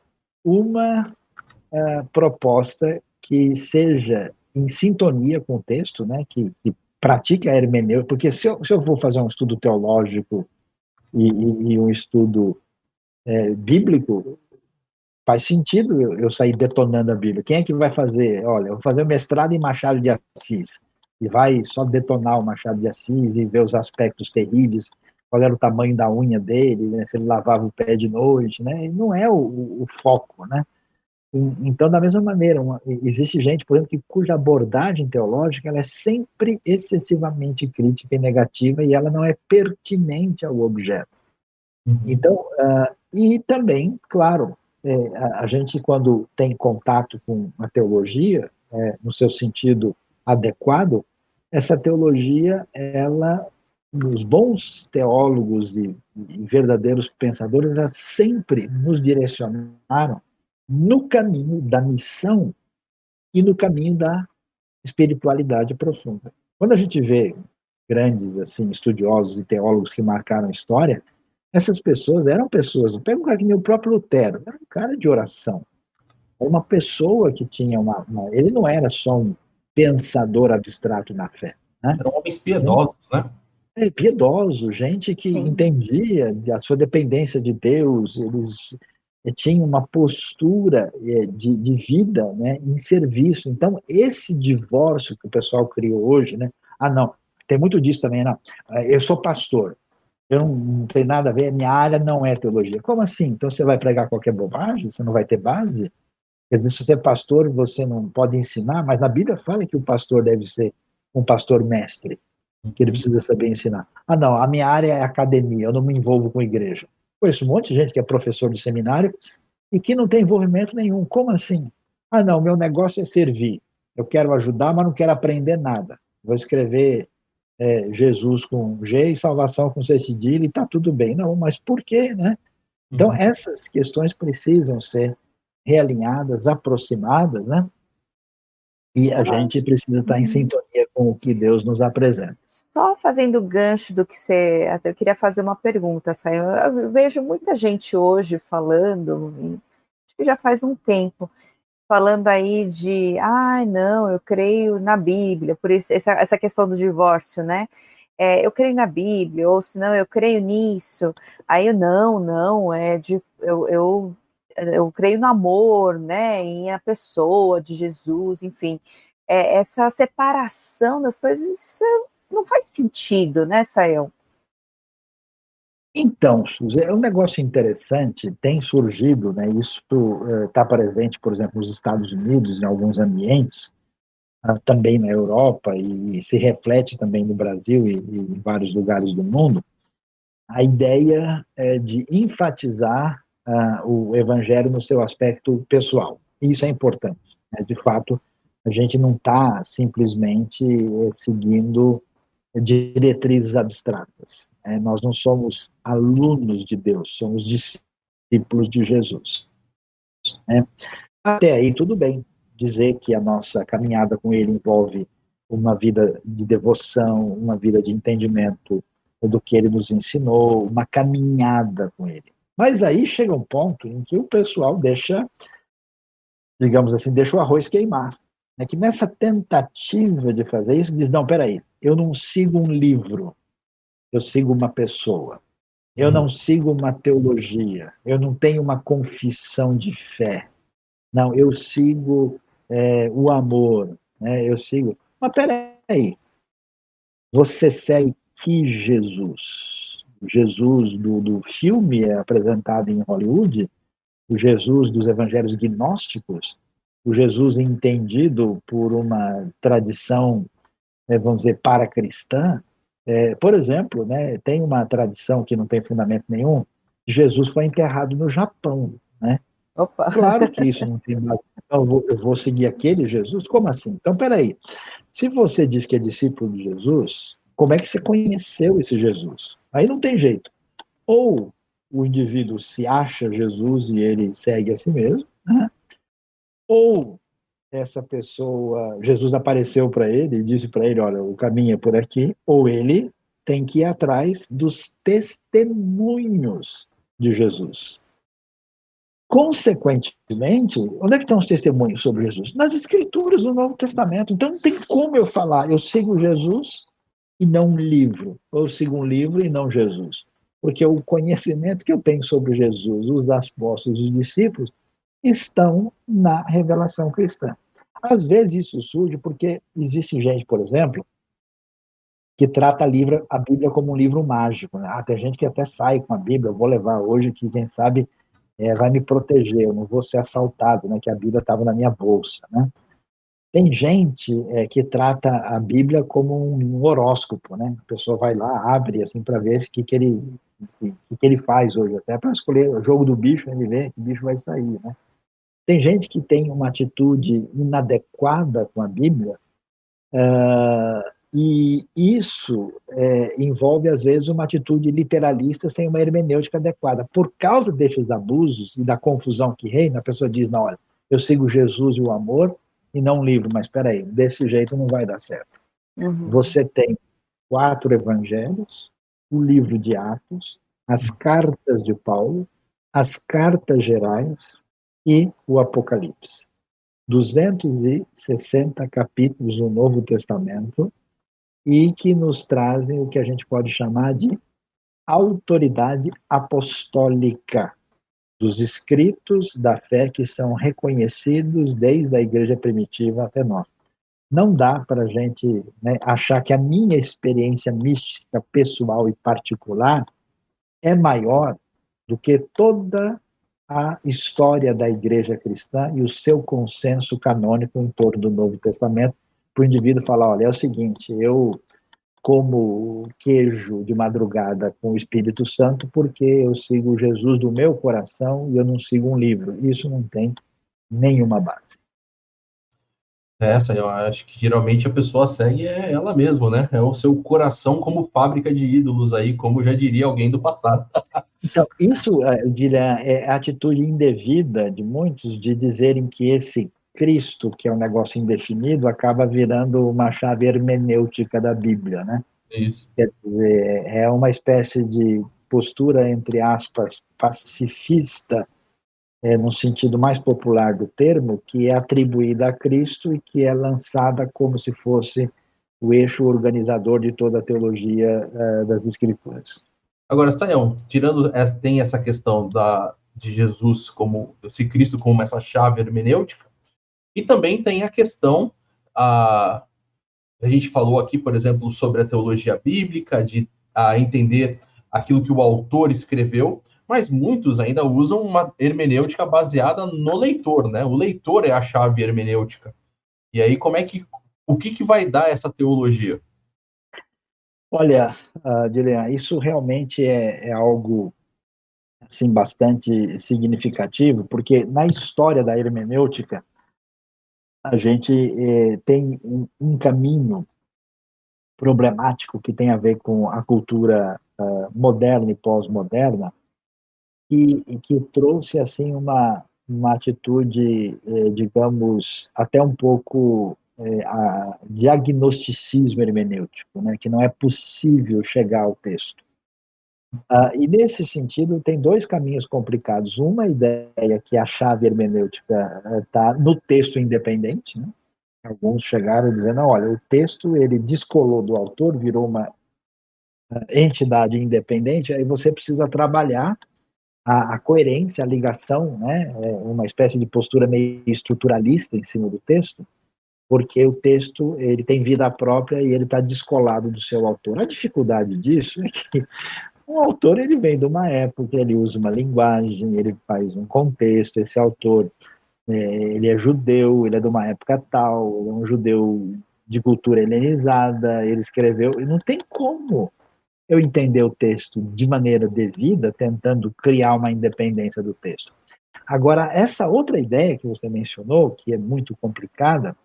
uma Uh, proposta que seja em sintonia com o texto, né, que, que pratique a hermenêutica, porque se eu, se eu vou fazer um estudo teológico e, e, e um estudo é, bíblico, faz sentido eu, eu sair detonando a Bíblia. Quem é que vai fazer? Olha, eu vou fazer um mestrado em Machado de Assis, e vai só detonar o Machado de Assis e ver os aspectos terríveis, qual era o tamanho da unha dele, né, se ele lavava o pé de noite, né, e não é o, o foco, né. Então, da mesma maneira, uma, existe gente, por exemplo, que, cuja abordagem teológica ela é sempre excessivamente crítica e negativa e ela não é pertinente ao objeto. Uhum. Então, uh, e também, claro, é, a, a gente, quando tem contato com a teologia, é, no seu sentido adequado, essa teologia, ela, os bons teólogos e, e verdadeiros pensadores, elas sempre nos direcionaram no caminho da missão e no caminho da espiritualidade profunda. Quando a gente vê grandes assim estudiosos e teólogos que marcaram a história, essas pessoas eram pessoas, pega um cara que nem o próprio Lutero, era um cara de oração, era uma pessoa que tinha uma, uma ele não era só um pensador abstrato na fé, né? Eram homens piedosos, né? É, piedoso, gente que Sim. entendia a sua dependência de Deus, eles tinha uma postura de, de vida, né, em serviço. Então, esse divórcio que o pessoal criou hoje, né, ah, não, tem muito disso também, não, eu sou pastor, eu não, não tenho nada a ver, minha área não é teologia. Como assim? Então você vai pregar qualquer bobagem? Você não vai ter base? Quer dizer, se você é pastor, você não pode ensinar, mas na Bíblia fala que o pastor deve ser um pastor mestre, que ele precisa saber ensinar. Ah, não, a minha área é academia, eu não me envolvo com igreja. Conheço um monte de gente que é professor de seminário e que não tem envolvimento nenhum. Como assim? Ah, não, meu negócio é servir. Eu quero ajudar, mas não quero aprender nada. Vou escrever é, Jesus com G e salvação com C cedilha e está tudo bem. Não, mas por quê, né? Então, uhum. essas questões precisam ser realinhadas, aproximadas, né? E a gente precisa estar em sintonia com o que Deus nos apresenta. Só fazendo gancho do que você... Até eu queria fazer uma pergunta, Sayão. Eu vejo muita gente hoje falando, acho que já faz um tempo, falando aí de, ah, não, eu creio na Bíblia, por isso, essa, essa questão do divórcio, né? É, eu creio na Bíblia, ou se não, eu creio nisso. Aí eu, não, não, é de... eu, eu eu creio no amor, né, em a pessoa de Jesus, enfim, é, essa separação das coisas, isso não faz sentido, né, Sayão? Então, Suzy, é um negócio interessante, tem surgido, né, isso está uh, presente, por exemplo, nos Estados Unidos, em alguns ambientes, uh, também na Europa, e, e se reflete também no Brasil e, e em vários lugares do mundo, a ideia é de enfatizar Uh, o evangelho no seu aspecto pessoal. Isso é importante. Né? De fato, a gente não está simplesmente eh, seguindo diretrizes abstratas. Né? Nós não somos alunos de Deus, somos discípulos de Jesus. Né? Até aí, tudo bem. Dizer que a nossa caminhada com Ele envolve uma vida de devoção, uma vida de entendimento do que Ele nos ensinou, uma caminhada com Ele. Mas aí chega um ponto em que o pessoal deixa, digamos assim, deixa o arroz queimar. é que nessa tentativa de fazer isso, diz, não, peraí, eu não sigo um livro, eu sigo uma pessoa. Eu não sigo uma teologia, eu não tenho uma confissão de fé. Não, eu sigo é, o amor, né? Eu sigo... Mas peraí, você segue que Jesus? O Jesus do, do filme é apresentado em Hollywood? O Jesus dos evangelhos gnósticos? O Jesus entendido por uma tradição, vamos dizer, para-cristã? É, por exemplo, né, tem uma tradição que não tem fundamento nenhum, Jesus foi enterrado no Japão, né? Opa. Claro que isso não tem base. Então, eu vou, eu vou seguir aquele Jesus? Como assim? Então, peraí. Se você diz que é discípulo de Jesus, como é que você conheceu esse Jesus? Aí não tem jeito. Ou o indivíduo se acha Jesus e ele segue a si mesmo, né? Ou essa pessoa, Jesus apareceu para ele e disse para ele, olha, o caminho é por aqui, ou ele tem que ir atrás dos testemunhos de Jesus. Consequentemente, onde é que estão os testemunhos sobre Jesus? Nas Escrituras do Novo Testamento. Então não tem como eu falar, eu sigo Jesus e não um livro, ou eu sigo um livro e não Jesus. Porque o conhecimento que eu tenho sobre Jesus, os apóstolos e os discípulos, estão na revelação cristã. Às vezes isso surge porque existe gente, por exemplo, que trata a, livro, a Bíblia como um livro mágico. Né? Ah, tem gente que até sai com a Bíblia, eu vou levar hoje que, quem sabe, é, vai me proteger, eu não vou ser assaltado, né? Que a Bíblia estava na minha bolsa. Né? Tem gente é, que trata a Bíblia como um horóscopo. Né? A pessoa vai lá, abre assim, para ver o que, que, ele, que, que ele faz hoje, até para escolher o jogo do bicho, ele vê que bicho vai sair. Né? Tem gente que tem uma atitude inadequada com a Bíblia, uh, e isso é, envolve, às vezes, uma atitude literalista sem uma hermenêutica adequada. Por causa desses abusos e da confusão que reina, a pessoa diz, não, olha, eu sigo Jesus e o amor e não um livro, mas espera aí, desse jeito não vai dar certo. Uhum. Você tem quatro evangelhos, o livro de Atos, as cartas de Paulo, as cartas gerais, e o Apocalipse. duzentos e sessenta capítulos do Novo Testamento e que nos trazem o que a gente pode chamar de autoridade apostólica dos escritos da fé que são reconhecidos desde a igreja primitiva até nós. Não dá para a gente, né, achar que a minha experiência mística pessoal e particular é maior do que toda a história da igreja cristã e o seu consenso canônico em torno do Novo Testamento, para o indivíduo falar, olha, é o seguinte, eu como queijo de madrugada com o Espírito Santo porque eu sigo Jesus do meu coração e eu não sigo um livro. Isso não tem nenhuma base. Essa, eu acho que geralmente a pessoa segue é ela mesma, né? É o seu coração como fábrica de ídolos aí, como já diria alguém do passado. Então, isso, eu diria, é a atitude indevida de muitos de dizerem que esse Cristo, que é um negócio indefinido, acaba virando uma chave hermenêutica da Bíblia, né? Isso. Quer dizer, é uma espécie de postura, entre aspas, pacifista, é, no sentido mais popular do termo, que é atribuída a Cristo e que é lançada como se fosse o eixo organizador de toda a teologia uh, das Escrituras. Agora, Sayão, tirando, tem essa questão da, de Jesus como, esse Cristo como essa chave hermenêutica, e também tem a questão, a, a gente falou aqui, por exemplo, sobre a teologia bíblica, de a entender aquilo que o autor escreveu, mas muitos ainda usam uma hermenêutica baseada no leitor, né? O leitor é a chave hermenêutica. E aí, como é que, o que, que vai dar essa teologia? Olha, uh, Dilean, isso realmente é, é algo assim, bastante significativo, porque na história da hermenêutica, a gente eh, tem um, um caminho problemático que tem a ver com a cultura uh, moderna e pós-moderna, e, e que trouxe assim uma, uma atitude, eh, digamos, até um pouco eh, a diagnosticismo hermenêutico, né, que não é possível chegar ao texto. Uh, e nesse sentido tem dois caminhos complicados. Uma ideia que a chave hermenêutica está uh, no texto independente, né? Alguns chegaram dizendo, olha, o texto ele descolou do autor, virou uma entidade independente, aí você precisa trabalhar a, a coerência, a ligação, né, uma espécie de postura meio estruturalista em cima do texto, porque o texto ele tem vida própria e ele está descolado do seu autor. A dificuldade disso é que o autor ele vem de uma época, ele usa uma linguagem, ele faz um contexto, esse autor é, ele é judeu, ele é de uma época tal, ele é um judeu de cultura helenizada, ele escreveu, e não tem como eu entender o texto de maneira devida, tentando criar uma independência do texto. Agora, essa outra ideia que você mencionou, que é muito complicada,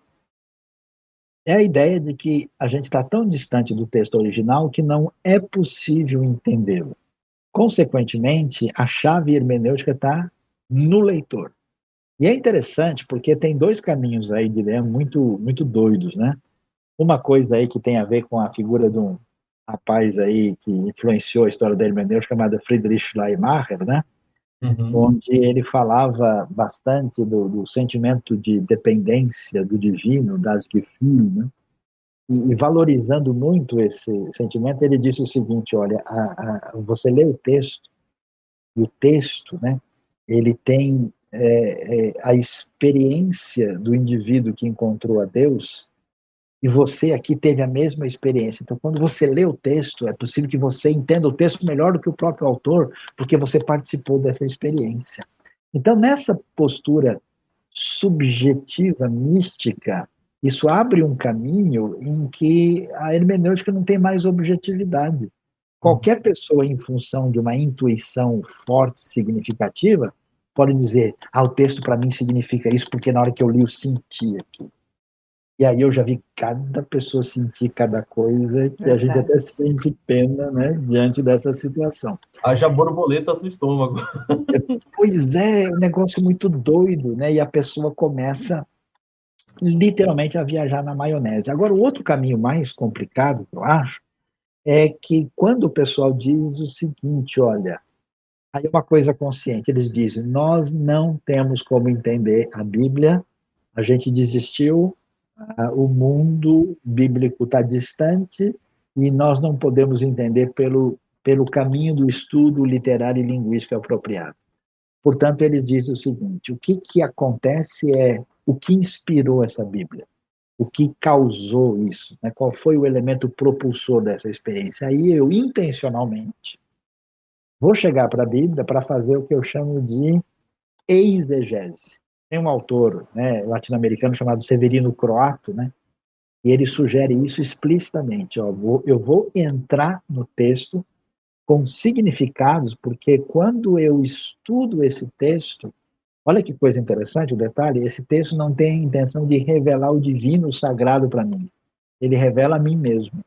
é a ideia de que a gente está tão distante do texto original que não é possível entendê-lo. Consequentemente, a chave hermenêutica está no leitor. E é interessante porque tem dois caminhos aí de ler muito, muito doidos, né? Uma coisa aí que tem a ver com a figura de um rapaz aí que influenciou a história da hermenêutica, chamado Friedrich Schleiermacher, né? Uhum. Onde ele falava bastante do, do sentimento de dependência do divino, das Gefühle, né? E, e valorizando muito esse sentimento, ele disse o seguinte, olha, a, a, você lê o texto, e o texto, né, ele tem é, é, a experiência do indivíduo que encontrou a Deus, e você aqui teve a mesma experiência. Então, quando você lê o texto, é possível que você entenda o texto melhor do que o próprio autor, porque você participou dessa experiência. Então, nessa postura subjetiva, mística, isso abre um caminho em que a hermenêutica não tem mais objetividade. Qualquer pessoa, em função de uma intuição forte, significativa, pode dizer, ah, o texto para mim significa isso, porque na hora que eu li eu senti aquilo. E aí eu já vi cada pessoa sentir cada coisa, que Verdade. A gente até sente pena, né, diante dessa situação. Haja borboletas no estômago. Pois é, um negócio muito doido, né, e a pessoa começa literalmente a viajar na maionese. Agora, o outro caminho mais complicado, que eu acho, é que quando o pessoal diz o seguinte, olha, aí uma coisa consciente, eles dizem, nós não temos como entender a Bíblia, a gente desistiu, o mundo bíblico está distante e nós não podemos entender pelo, pelo caminho do estudo literário e linguístico apropriado. Portanto, eles dizem o seguinte, o que, que acontece é o que inspirou essa Bíblia, o que causou isso, né? Qual foi o elemento propulsor dessa experiência. Aí eu, intencionalmente, vou chegar para a Bíblia para fazer o que eu chamo de exegese. Tem um autor, né, latino-americano chamado Severino Croato, né, e ele sugere isso explicitamente. Ó, vou, eu vou entrar no texto com significados, porque quando eu estudo esse texto, olha que coisa interessante o detalhe, esse texto não tem a intenção de revelar o divino, o sagrado para mim. Ele revela a mim mesmo.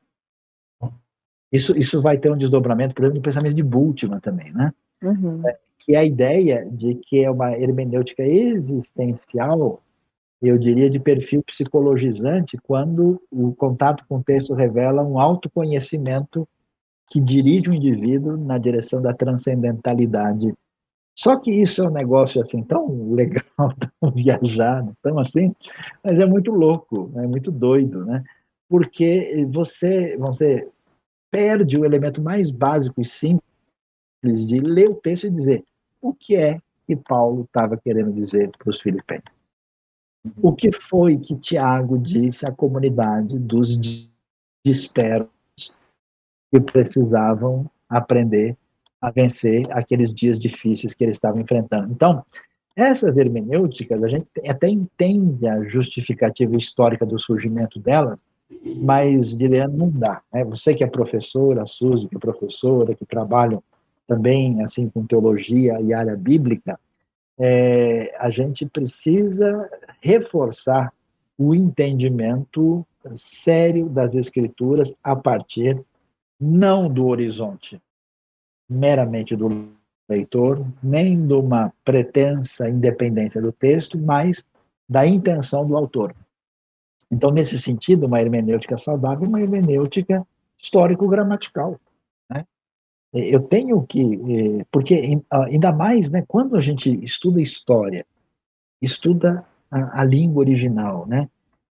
Isso, isso vai ter um desdobramento, por exemplo, no pensamento de Bultmann também, né? Uhum. É, que é a ideia de que é uma hermenêutica existencial, eu diria de perfil psicologizante, quando o contato com o texto revela um autoconhecimento que dirige o indivíduo na direção da transcendentalidade. Só que isso é um negócio assim tão legal, tão viajado, tão assim, mas é muito louco, é muito doido, né? Porque você, você perde o elemento mais básico e simples de ler o texto e dizer o que é que Paulo estava querendo dizer para os filipenses. O que foi que Tiago disse à comunidade dos dispersos que precisavam aprender a vencer aqueles dias difíceis que eles estavam enfrentando. Então, essas hermenêuticas, a gente até entende a justificativa histórica do surgimento delas, mas, Guilherme, não dá. Né? Você que é professora, a Suzy que é professora, que trabalham também assim com teologia e área bíblica, é, a gente precisa reforçar o entendimento sério das Escrituras a partir não do horizonte meramente do leitor, nem de uma pretensa independência do texto, mas da intenção do autor. Então, nesse sentido, uma hermenêutica saudável é uma hermenêutica histórico-gramatical. Né? Eu tenho que... Porque, ainda mais, né, quando a gente estuda história, estuda a, a língua original, né?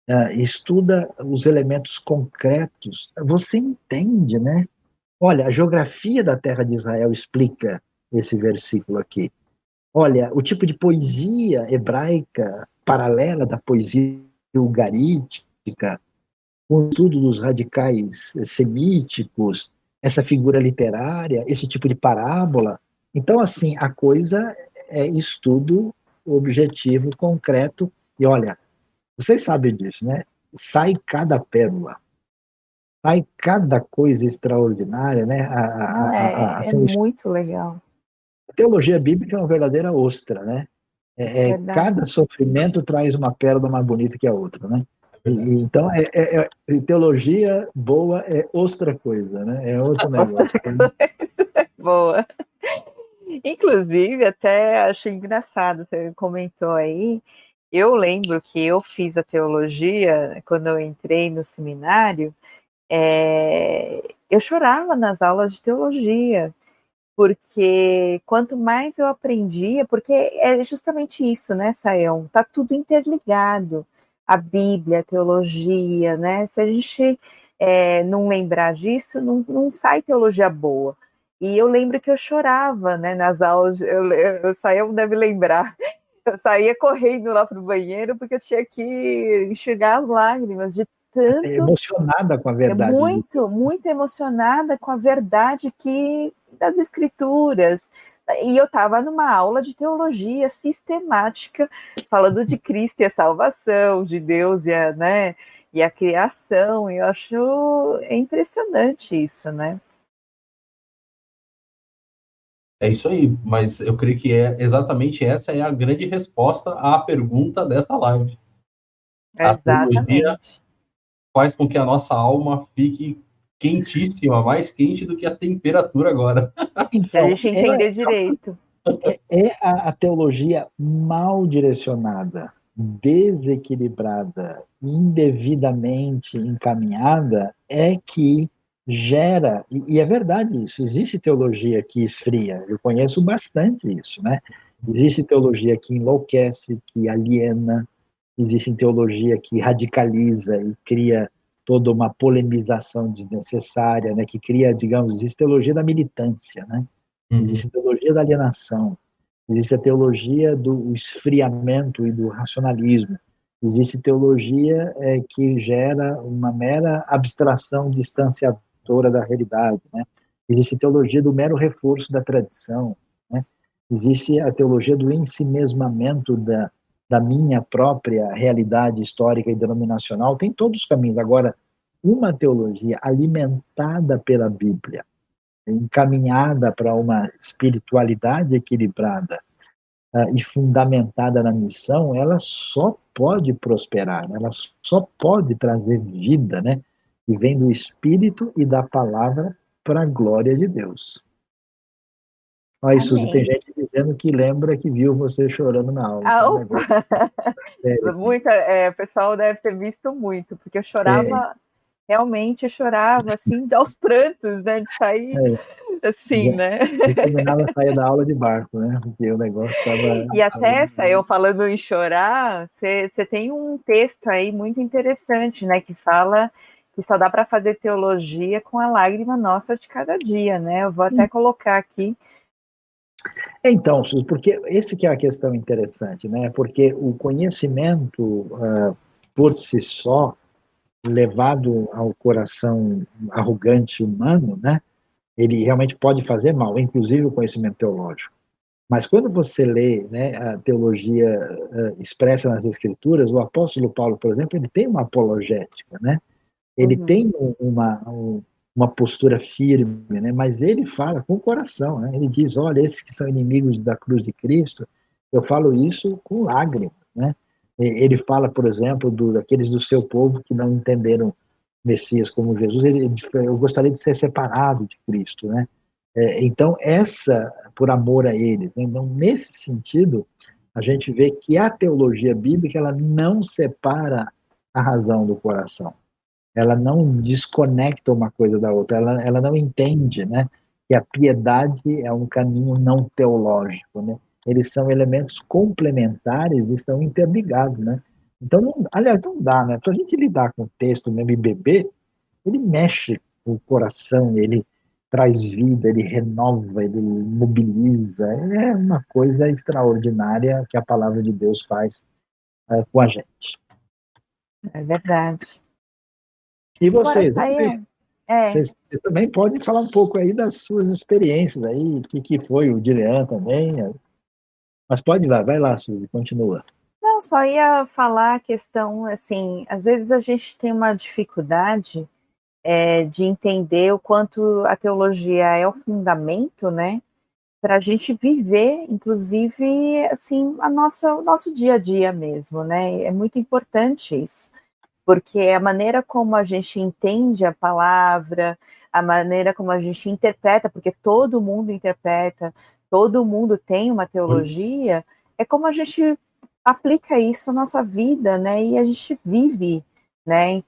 uh, estuda os elementos concretos, você entende, né? Olha, a geografia da terra de Israel explica esse versículo aqui. Olha, o tipo de poesia hebraica paralela da poesia ugarítica, o estudo dos radicais semíticos, essa figura literária, esse tipo de parábola. Então, assim, a coisa é estudo objetivo, concreto, e olha, vocês sabem disso, né? Sai cada pérola, sai cada coisa extraordinária, né? A, a, Não, a, a, é, é assim, muito legal. a teologia bíblica é uma verdadeira ostra, né? É, é, Verdade. cada sofrimento traz uma pérola mais bonita que a outra, né? E, e, então, é, é, é, teologia boa é outra coisa, né? É outro negócio. Outra coisa. Boa. Inclusive, até achei engraçado, você comentou aí, eu lembro que eu fiz a teologia, quando eu entrei no seminário, é, eu chorava nas aulas de teologia, porque quanto mais eu aprendia, porque é justamente isso, né, Sayão? Tá tudo interligado, a Bíblia, a teologia, né? Se a gente é, não lembrar disso, não, não sai teologia boa. E eu lembro que eu chorava, né, nas aulas, eu, eu, Sayão deve lembrar, eu saía correndo lá para o banheiro, porque eu tinha que enxergar as lágrimas de tanto... É emocionada com a verdade. Muito, muito emocionada com a verdade que das escrituras. E eu estava numa aula de teologia sistemática, falando de Cristo e a salvação, de Deus e a, né, e a criação. E eu acho é impressionante isso, né? É isso aí, mas eu creio que é exatamente essa é a grande resposta à pergunta desta live. A teologia Exatamente. faz com que a nossa alma fique quentíssima, mais quente do que a temperatura agora. Para a Então, gente entender é, direito. é, é a, a teologia mal direcionada, desequilibrada, indevidamente encaminhada, é que gera, e, e é verdade isso, existe teologia que esfria, eu conheço bastante isso, né? Existe teologia que enlouquece, que aliena, existe teologia que radicaliza e cria toda uma polemização desnecessária, né? Que cria, digamos, existe teologia da militância, né? Existe a teologia da alienação, existe a teologia do esfriamento e do racionalismo, existe teologia é, que gera uma mera abstração distanciadora da realidade, né? Existe teologia do mero reforço da tradição, né? Existe a teologia do ensimesmamento da, da minha própria realidade histórica e denominacional, tem todos os caminhos. Agora, uma teologia alimentada pela Bíblia, encaminhada para uma espiritualidade equilibrada uh, e fundamentada na missão, ela só pode prosperar, ela só pode trazer vida, né? E vem do Espírito e da palavra para a glória de Deus. Olha, Suzy, tem gente dizendo que lembra que viu você chorando na aula. Ah, um negócio sério. Muita, é, o pessoal deve ter visto muito, porque eu chorava, é. realmente eu chorava, assim, aos prantos, né, de sair, é. assim, já, né. Eu terminava a sair da aula de barco, né, porque o negócio estava... E até, eu falando em chorar, você tem um texto aí muito interessante, né, que fala que só dá para fazer teologia com a lágrima nossa de cada dia, né, eu vou até colocar aqui. Então, porque esse que é a questão interessante, né? Porque o conhecimento uh, por si só, levado ao coração arrogante humano, né? Ele realmente pode fazer mal, inclusive o conhecimento teológico. Mas quando você lê, né, a teologia uh, expressa nas Escrituras, o apóstolo Paulo, por exemplo, ele tem uma apologética, né? Ele uhum. tem uma, uma postura firme, né? Mas ele fala com o coração, né? Ele diz, olha, esses que são inimigos da cruz de Cristo, eu falo isso com lágrimas, né? Ele fala, por exemplo, do, daqueles do seu povo que não entenderam Messias como Jesus, ele, eu gostaria de ser separado de Cristo, né? É, então, essa, por amor a eles, né? Então, nesse sentido, a gente vê que a teologia bíblica, ela não separa a razão do coração. Ela não desconecta uma coisa da outra, ela, ela não entende, né, que a piedade é um caminho não teológico, né? Eles são elementos complementares e estão interligados, né? Então, não, aliás, não dá, né? Para a gente lidar com o texto mesmo e beber, ele mexe com o coração, ele traz vida, ele renova, ele mobiliza. É uma coisa extraordinária que a palavra de Deus faz é, com a gente. É verdade. E vocês? Agora, aí, é. Vocês, vocês também podem falar um pouco aí das suas experiências aí, o que, que foi o Direan também. Mas pode ir lá, vai lá, Suzy, continua. Não, só ia falar a questão, assim, às vezes a gente tem uma dificuldade é, de entender o quanto a teologia é o fundamento, né, para a gente viver, inclusive, assim, a nossa, o nosso dia a dia mesmo, né, é muito importante isso, porque a maneira como a gente entende a palavra, a maneira como a gente interpreta, porque todo mundo interpreta, todo mundo tem uma teologia, é como a gente aplica isso à nossa vida, né? E a gente vive, né?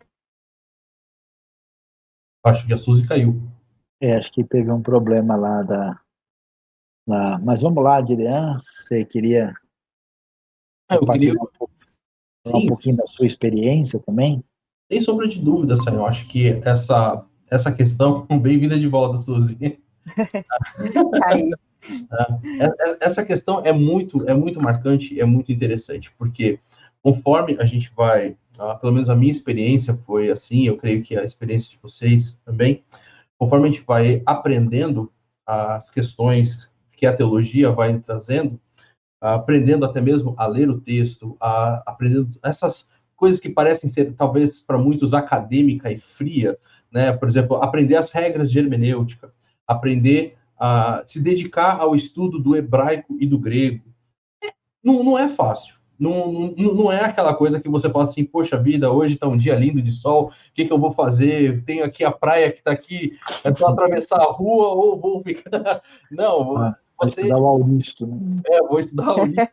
Acho que a Suzy caiu. É, acho que teve um problema lá da... Lá. Mas vamos lá, Dirian, você queria Ah, eu queria... um, pouco, falar um pouquinho da sua experiência também? Sem sombra de dúvida, Sam, eu acho que essa, essa questão... Bem-vinda de volta, Suzy. Caiu. Essa questão é muito, é muito marcante, é muito interessante, porque conforme a gente vai, ah, pelo menos a minha experiência foi assim, eu creio que a experiência de vocês também, conforme a gente vai aprendendo as questões que a teologia vai trazendo, ah, aprendendo até mesmo a ler o texto, a, aprendendo essas coisas que parecem ser, talvez, para muitos acadêmica e fria, né? Por exemplo, aprender as regras de hermenêutica, aprender a se dedicar ao estudo do hebraico e do grego. Não, não é fácil. Não, não, não é aquela coisa que você fala assim, poxa vida, hoje está um dia lindo de sol, o que, que eu vou fazer? Tenho aqui a praia que está aqui, é para atravessar a rua ou vou ficar... Não, Ah, vai você... estudar o Auristo, né? É, vou estudar o Auristo.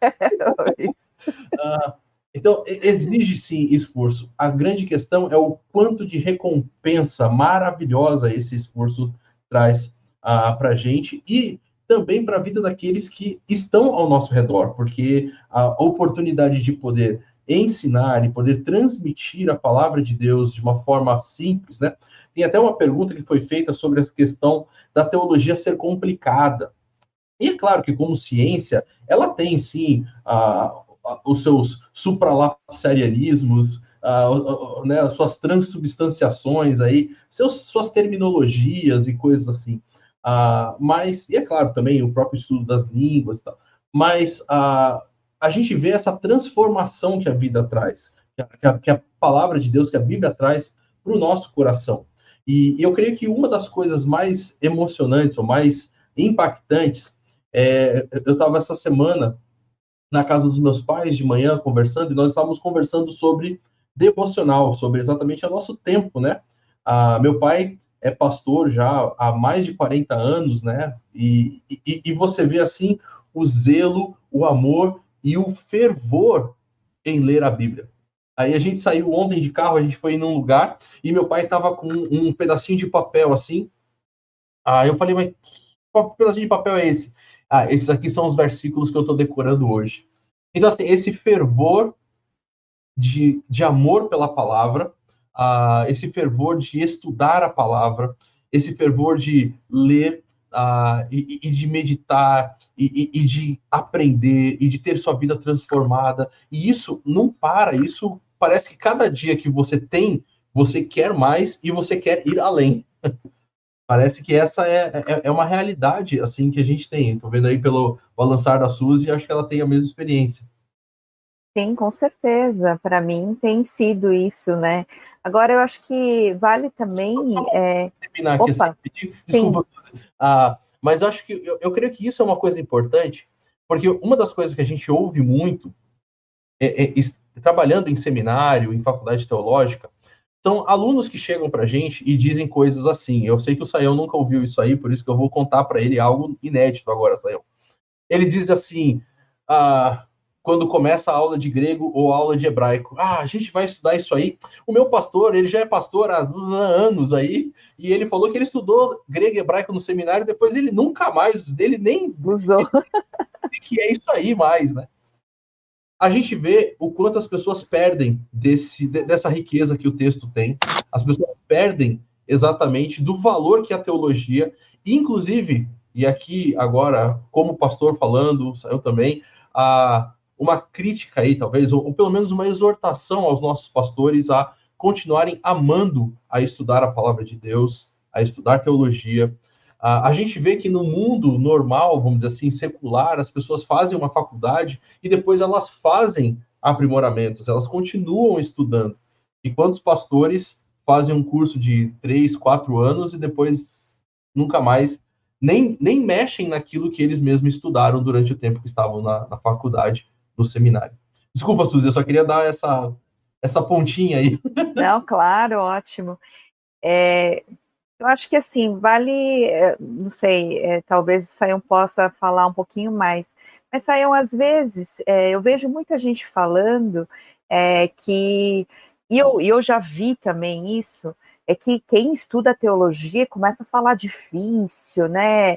ah, então, exige sim esforço. A grande questão é o quanto de recompensa maravilhosa esse esforço traz uh, para a gente e também para a vida daqueles que estão ao nosso redor, porque a oportunidade de poder ensinar e poder transmitir a palavra de Deus de uma forma simples, né? Tem até uma pergunta que foi feita sobre a questão da teologia ser complicada. E é claro que, como ciência, ela tem, sim, uh, os seus supralapsarianismos, uh, uh, né, as suas transubstanciações, aí, seus, suas terminologias e coisas assim. Uh, mas, e é claro também, o próprio estudo das línguas e tal. Mas uh, a gente vê essa transformação que a vida traz, que a, que a palavra de Deus, que a Bíblia traz para o nosso coração. E eu creio que uma das coisas mais emocionantes ou mais impactantes é, eu estava essa semana na casa dos meus pais de manhã conversando e nós estávamos conversando sobre devocional, sobre exatamente o nosso tempo, né? Ah, meu pai é pastor já há mais de quarenta anos, né? E, e, e você vê assim o zelo, o amor e o fervor em ler a Bíblia. Aí a gente saiu ontem de carro, a gente foi em um lugar e meu pai estava com um pedacinho de papel assim. Aí eu falei, mas qual pedacinho de papel é esse? Ah, esses aqui são os versículos que eu estou decorando hoje. Então, assim, esse fervor de, de amor pela palavra, uh, esse fervor de estudar a palavra, esse fervor de ler uh, e, e de meditar, e, e, e de aprender, e de ter sua vida transformada. E isso não para, isso parece que cada dia que você tem, você quer mais e você quer ir além. Parece que essa é, é, é uma realidade assim que a gente tem. Estou vendo aí pelo balançar da Suzy e acho que ela tem a mesma experiência. Sim, com certeza. Para mim tem sido isso, né? Agora eu acho que vale também. É... terminar aqui, Opa, assim, desculpa, ah, mas acho que eu, eu creio que isso é uma coisa importante, porque uma das coisas que a gente ouve muito é, é, é, trabalhando em seminário, em faculdade teológica, são alunos que chegam para a gente e dizem coisas assim. Eu sei que o Sayão nunca ouviu isso aí, por isso que eu vou contar para ele algo inédito agora, Sayão. Ele diz assim, ah, quando começa a aula de grego ou aula de hebraico, ah, a gente vai estudar isso aí. O meu pastor, ele já é pastor há anos aí, e ele falou que ele estudou grego e hebraico no seminário, depois ele nunca mais, ele nem usou. Ele, que é isso aí mais, né? a gente vê o quanto as pessoas perdem desse, dessa riqueza que o texto tem, as pessoas perdem exatamente do valor que a teologia, inclusive, e aqui agora, como pastor falando, eu também, a, uma crítica aí, talvez, ou, ou pelo menos uma exortação aos nossos pastores a continuarem amando a estudar a palavra de Deus, a estudar teologia. A, a gente vê que no mundo normal, vamos dizer assim, secular, as pessoas fazem uma faculdade e depois elas fazem aprimoramentos, elas continuam estudando. E quantos pastores fazem um curso de três, quatro anos e depois nunca mais nem, nem mexem naquilo que eles mesmos estudaram durante o tempo que estavam na, na faculdade, no seminário. Desculpa, Suzy, eu só queria dar essa, essa pontinha aí. Não, claro, ótimo. É, eu acho que assim, vale, não sei, é, talvez o Sayão possa falar um pouquinho mais, mas Sayão, às vezes, é, eu vejo muita gente falando é, que, e eu, eu já vi também isso, é que quem estuda teologia começa a falar difícil, né,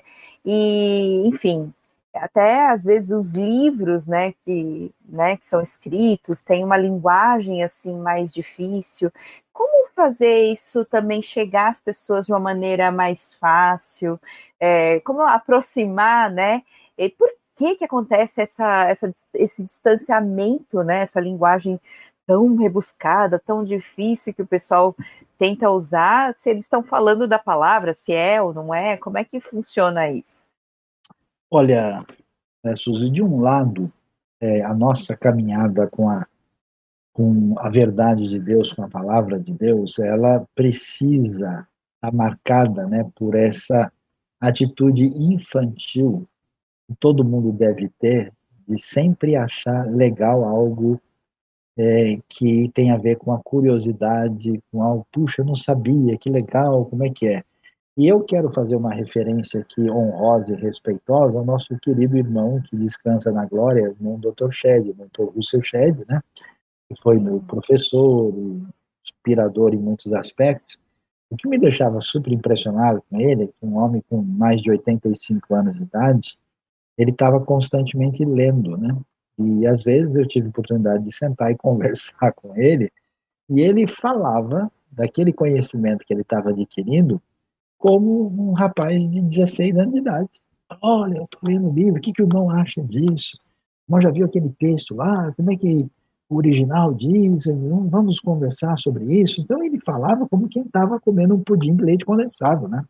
e, enfim, até às vezes os livros, né, que, né, que são escritos têm uma linguagem assim mais difícil. Como fazer isso também chegar às pessoas de uma maneira mais fácil? É, como aproximar, né? E por que que acontece essa, essa, esse distanciamento, né? Essa linguagem tão rebuscada, tão difícil que o pessoal tenta usar, se eles estão falando da palavra, se é ou não é? Como é que funciona isso? Olha, é, Suzy, de um lado, é, a nossa caminhada com a, com a verdade de Deus, com a palavra de Deus, ela precisa estar marcada, né, por essa atitude infantil que todo mundo deve ter, de sempre achar legal algo é, que tem a ver com a curiosidade, com algo, puxa, eu não sabia, que legal, como é que é? E eu quero fazer uma referência aqui honrosa e respeitosa ao nosso querido irmão que descansa na glória, o irmão doutor Shedd, o doutor Russell Shedd, né? Que foi meu professor, inspirador em muitos aspectos. O que me deixava super impressionado com ele é que um homem com mais de oitenta e cinco anos de idade, ele estava constantemente lendo, né? E às vezes eu tive a oportunidade de sentar e conversar com ele, e ele falava daquele conhecimento que ele estava adquirindo como um rapaz de dezesseis anos de idade. Olha, eu estou lendo o livro, o que, que o irmão acha disso? O irmão já viu aquele texto lá, como é que o original diz? Vamos conversar sobre isso. Então ele falava como quem estava comendo um pudim de leite condensado, né?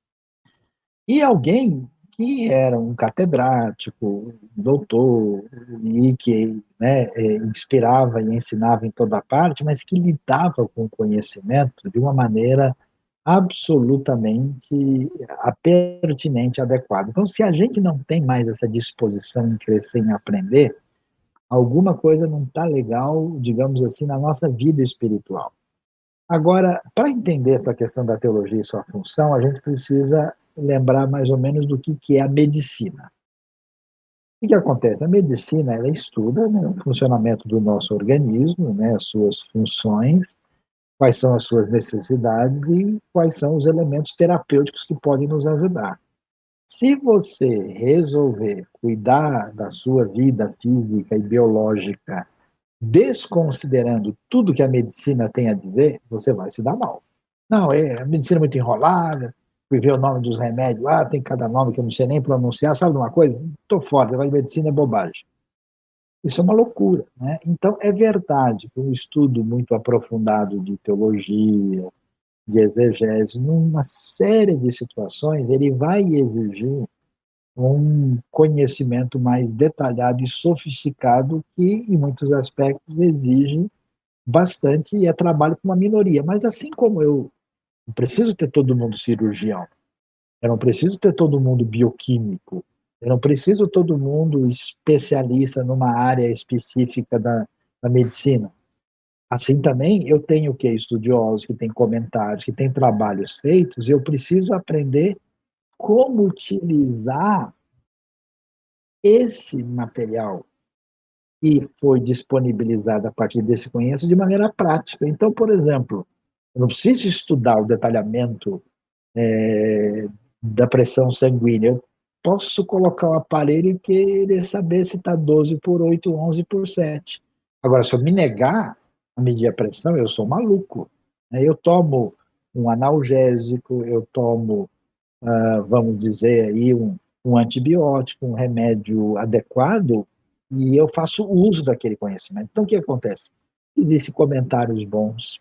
E alguém que era um catedrático, doutor, e que, né, inspirava e ensinava em toda parte, mas que lidava com o conhecimento de uma maneira absolutamente pertinente, adequada. Então, se a gente não tem mais essa disposição em crescer, em aprender, alguma coisa não está legal, digamos assim, na nossa vida espiritual. Agora, para entender essa questão da teologia e sua função, a gente precisa lembrar mais ou menos do que, que é a medicina. O que, que acontece? A medicina, ela estuda, né, o funcionamento do nosso organismo, né, as suas funções, quais são as suas necessidades e quais são os elementos terapêuticos que podem nos ajudar. Se você resolver cuidar da sua vida física e biológica desconsiderando tudo que a medicina tem a dizer, você vai se dar mal. Não, é, a medicina é muito enrolada, fui ver o nome dos remédios lá, tem cada nome que eu não sei nem pronunciar, sabe de uma coisa? Estou fora, a medicina é bobagem. Isso é uma loucura, né? Então, é verdade que um estudo muito aprofundado de teologia, de exegese, numa série de situações, ele vai exigir um conhecimento mais detalhado e sofisticado que, em muitos aspectos, exige bastante e é trabalho para uma minoria. Mas, assim como eu não preciso ter todo mundo cirurgião, eu não preciso ter todo mundo bioquímico, eu não preciso todo mundo especialista numa área específica da, da medicina. Assim também, eu tenho que estudiosos, que têm comentários, que têm trabalhos feitos, e eu preciso aprender como utilizar esse material que foi disponibilizado a partir desse conhecimento de maneira prática. Então, por exemplo, eu não preciso estudar o detalhamento é, da pressão sanguínea. Eu posso colocar o aparelho e querer saber se está doze por oito, onze por sete. Agora, se eu me negar a medir a pressão, eu sou maluco. Eu tomo um analgésico, eu tomo, uh, vamos dizer, aí, um, um antibiótico, um remédio adequado, e eu faço uso daquele conhecimento. Então, o que acontece? Existem comentários bons,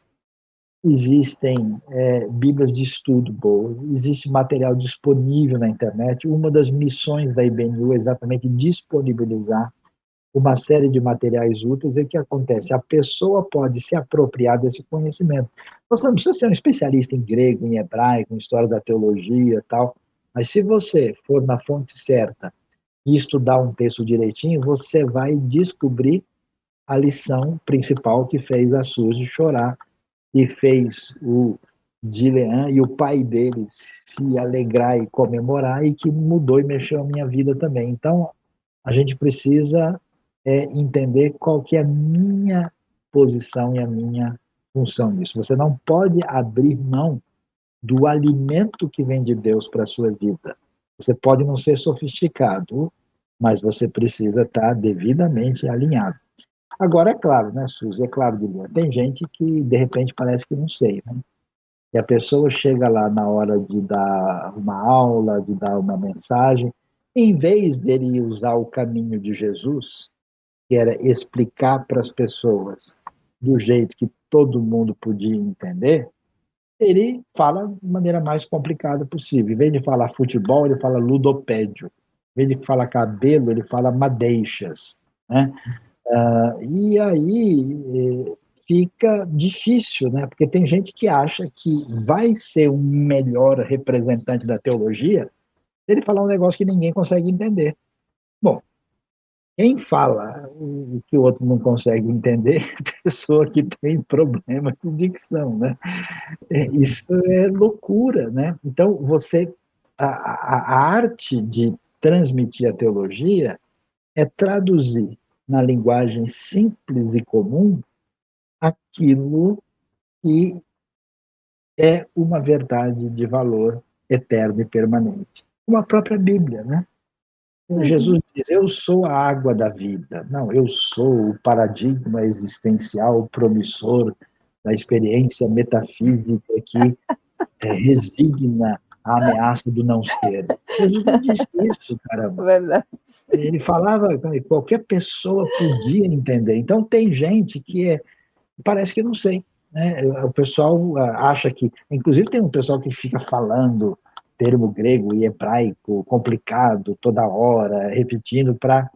existem é, bíblias de estudo boas, existe material disponível na internet. Uma das missões da I B N U é exatamente disponibilizar uma série de materiais úteis. E o que acontece? A pessoa pode se apropriar desse conhecimento. Você não precisa ser um especialista em grego, em hebraico, em história da teologia e tal, mas se você for na fonte certa e estudar um texto direitinho, você vai descobrir a lição principal que fez a Suzy chorar e fez o Dilean e o pai dele se alegrar e comemorar, e que mudou e mexeu a minha vida também. Então, a gente precisa é, entender qual que é a minha posição e a minha função nisso. Você não pode abrir mão do alimento que vem de Deus para a sua vida. Você pode não ser sofisticado, mas você precisa estar devidamente alinhado. Agora, é claro, né, Suzy? É claro, Guilherme, tem gente que, de repente, parece que não sei, né? E a pessoa chega lá na hora de dar uma aula, de dar uma mensagem, em vez dele usar o caminho de Jesus, que era explicar para as pessoas do jeito que todo mundo podia entender, ele fala de maneira mais complicada possível. Em vez de falar futebol, ele fala ludopédio. Em vez de falar cabelo, ele fala madeixas, né? Uh, e aí eh, fica difícil, né? Porque tem gente que acha que vai ser um melhor representante da teologia se ele falar um negócio que ninguém consegue entender. Bom, quem fala o que o outro não consegue entender é a pessoa que tem problema de dicção, né? Isso é loucura, né? Então, você, a, a, a arte de transmitir a teologia é traduzir na linguagem simples e comum aquilo que é uma verdade de valor eterno e permanente. Como a própria Bíblia, né? Uhum. Jesus diz, eu sou a água da vida. Não, eu sou o paradigma existencial promissor da experiência metafísica que é, resigna a ameaça do não ser. Jesus não disse isso, caramba. Verdade. Ele falava, qualquer pessoa podia entender. Então, tem gente que é, parece que não sei, né? O pessoal acha que... Inclusive, tem um pessoal que fica falando termo grego e hebraico complicado toda hora, repetindo para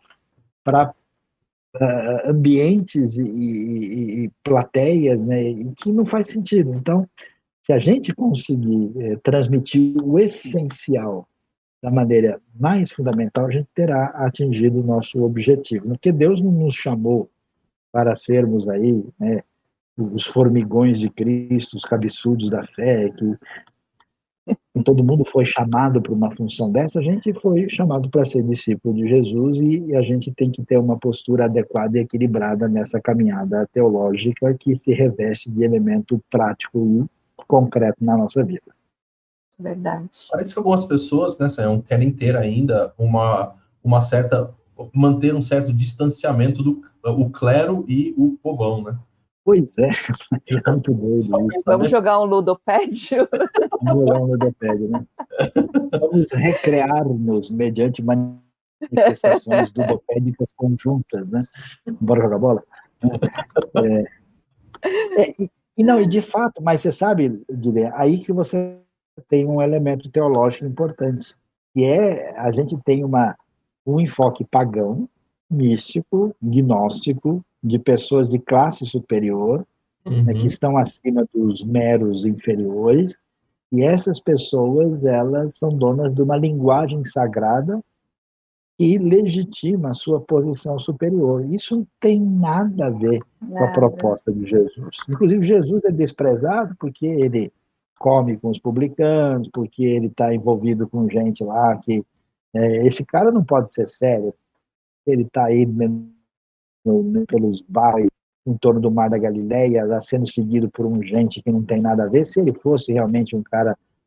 uh, ambientes e, e, e plateias, né? E que não faz sentido. Então, se a gente conseguir eh, transmitir o essencial da maneira mais fundamental, a gente terá atingido o nosso objetivo. Porque Deus não nos chamou para sermos aí, né, os formigões de Cristo, os cabeçudos da fé, que todo mundo foi chamado para uma função dessa. A gente foi chamado para ser discípulo de Jesus, e a gente tem que ter uma postura adequada e equilibrada nessa caminhada teológica que se reveste de elemento prático e concreto na nossa vida. Verdade. Parece que algumas pessoas, né, Sayão, querem ter ainda uma, uma certa, manter um certo distanciamento do o clero e o povão, né? Pois é, é muito doido isso. Vamos jogar um ludopédio? Vamos jogar um ludopédio, né? Vamos recrear-nos mediante manifestações ludopédicas conjuntas, né? Bora jogar bola? É, é, e, e não, e de fato, mas você sabe, Guilherme, aí que você tem um elemento teológico importante, que é, a gente tem uma, um enfoque pagão, místico, gnóstico, de pessoas de classe superior, uhum, né, que estão acima dos meros inferiores, e essas pessoas, elas são donas de uma linguagem sagrada e legitima a sua posição superior. Isso não tem nada a ver nada. com a proposta de Jesus. Inclusive, Jesus é desprezado porque ele come com os publicanos, porque ele está envolvido com gente lá que... É, esse cara não pode ser sério. Ele está aí pelos bairros em torno do Mar da Galileia, sendo seguido por um gente que não tem nada a ver. Se ele fosse realmente um cara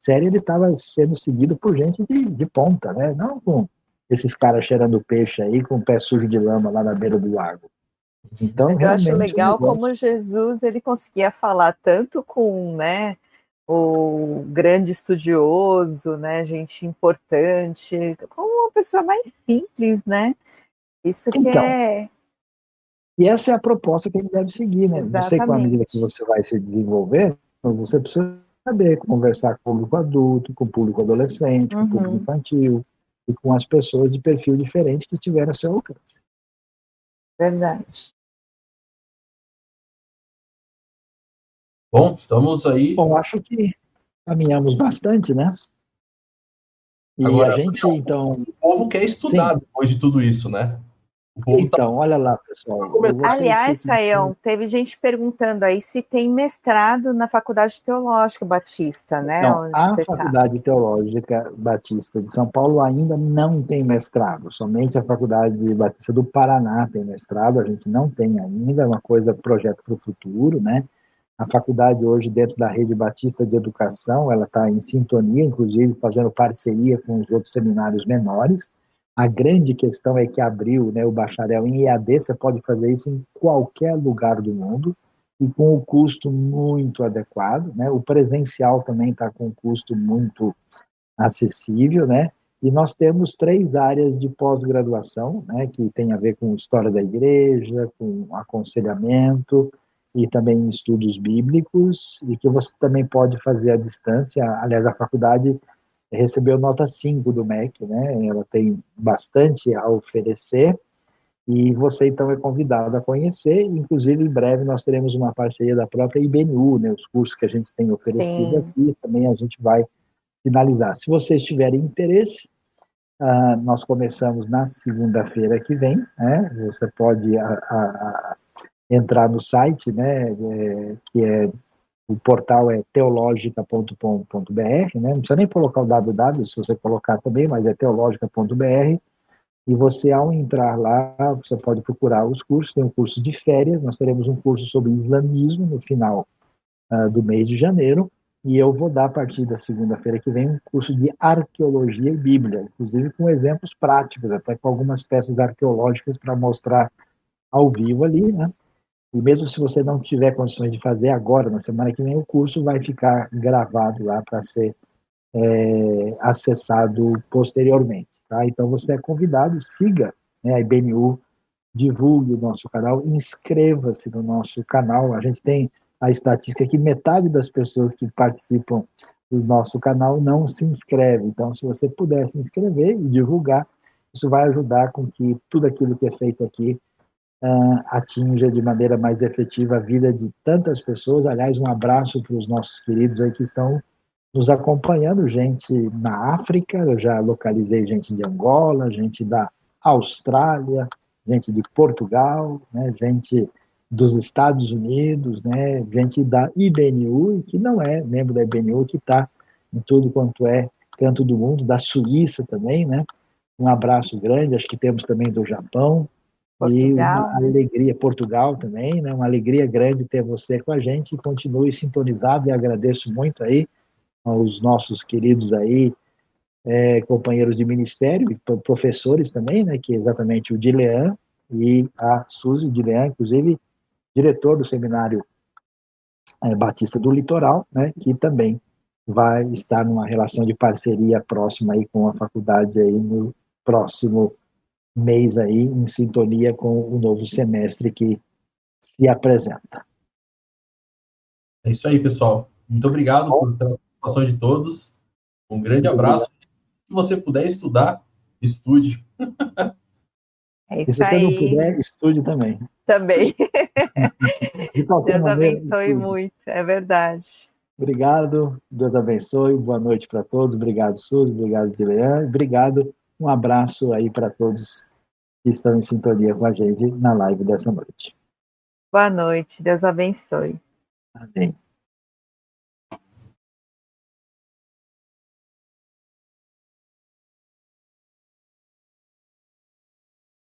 série ele estava sendo seguido por gente de, de ponta, né? Não com esses caras cheirando peixe aí, com o pé sujo de lama lá na beira do lago. Então, Mas eu realmente, acho legal negócio... como Jesus ele conseguia falar tanto com, né, o grande estudioso, né, gente importante, como uma pessoa mais simples, né? Isso que então, é... E essa é a proposta que ele deve seguir, né? Exatamente. Você, com a medida que você vai se desenvolver, você precisa saber conversar com o público adulto, com o público adolescente, Uhum. com o público infantil e com as pessoas de perfil diferente que estiverem a seu alcance. Verdade. Bom, estamos aí. Bom, acho que caminhamos bastante, né? E Agora, a gente, então... o povo quer estudar Sim. depois de tudo isso, né? O povo então, tá... olha lá, pessoal. Vocês Aliás, ficam... Sayão, teve gente perguntando aí se tem mestrado na Faculdade Teológica Batista, né? Então, onde a você Faculdade tá. Teológica Batista de São Paulo ainda não tem mestrado, somente a Faculdade Batista do Paraná tem mestrado, a gente não tem ainda, é uma coisa, projeto para o futuro, né? A faculdade hoje, dentro da Rede Batista de Educação, ela está em sintonia, inclusive fazendo parceria com os outros seminários menores. A grande questão é que abriu, né, o bacharel em E A D, você pode fazer isso em qualquer lugar do mundo, e com o custo muito adequado, né? O presencial também está com um custo muito acessível, né? E nós temos três áreas de pós-graduação, né, que tem a ver com história da igreja, com aconselhamento e também estudos bíblicos, e que você também pode fazer à distância. Aliás, a faculdade recebeu nota cinco do M E C, né? Ela tem bastante a oferecer, e você, então, é convidado a conhecer. Inclusive, em breve, nós teremos uma parceria da própria I B N U, né? Os cursos que a gente tem oferecido Sim. aqui, também a gente vai finalizar. Se vocês tiverem interesse, uh, nós começamos na segunda-feira que vem, né? Você pode a, a, a entrar no site, né? É, que é, o portal é teologica ponto com ponto b r, né? Não precisa nem colocar o www, se você colocar também, mas é teologica ponto b r. E você, ao entrar lá, você pode procurar os cursos. Tem um curso de férias, nós teremos um curso sobre islamismo no final uh, do mês de janeiro, e eu vou dar, a partir da segunda-feira que vem, um curso de arqueologia e Bíblia, inclusive com exemplos práticos, até com algumas peças arqueológicas para mostrar ao vivo ali, né? E mesmo se você não tiver condições de fazer agora, na semana que vem, o curso vai ficar gravado lá para ser é, acessado posteriormente. Tá? Então, você é convidado, siga, né, a I B N U, divulgue o nosso canal, inscreva-se no nosso canal. A gente tem a estatística que metade das pessoas que participam do nosso canal não se inscreve. Então, se você puder se inscrever e divulgar, isso vai ajudar com que tudo aquilo que é feito aqui uh, atinja de maneira mais efetiva a vida de tantas pessoas. Aliás, um abraço para os nossos queridos aí que estão nos acompanhando, gente na África, eu já localizei gente de Angola, gente da Austrália, gente de Portugal, né, gente dos Estados Unidos, né, gente da I B N U, que não é membro da I B N U, que está em tudo quanto é canto do mundo, da Suíça também, né? Um abraço grande, acho que temos também do Japão, Portugal, e uma alegria, Portugal também, né? Uma alegria grande ter você com a gente, e continue sintonizado, e agradeço muito aí aos nossos queridos aí, é, companheiros de ministério e professores também, né, que é exatamente o Dilean e a Suzy Dilean, inclusive diretor do Seminário é, Batista do Litoral, né, que também vai estar numa relação de parceria próxima aí com a faculdade aí no próximo mês aí, em sintonia com o novo semestre que se apresenta. É isso aí, pessoal. Muito obrigado Bom, por pela participação de todos. Um grande abraço. Obrigado. Se você puder estudar, estude. É isso e se você aí. não puder, estude também. Também. De qualquer Deus maneira, abençoe estude. muito, é verdade. Obrigado, Deus abençoe, boa noite para todos. Obrigado, Suzy, obrigado, Dilean. Obrigado, um abraço aí para todos que estão em sintonia com a gente na live dessa noite. Boa noite, Deus abençoe. Amém.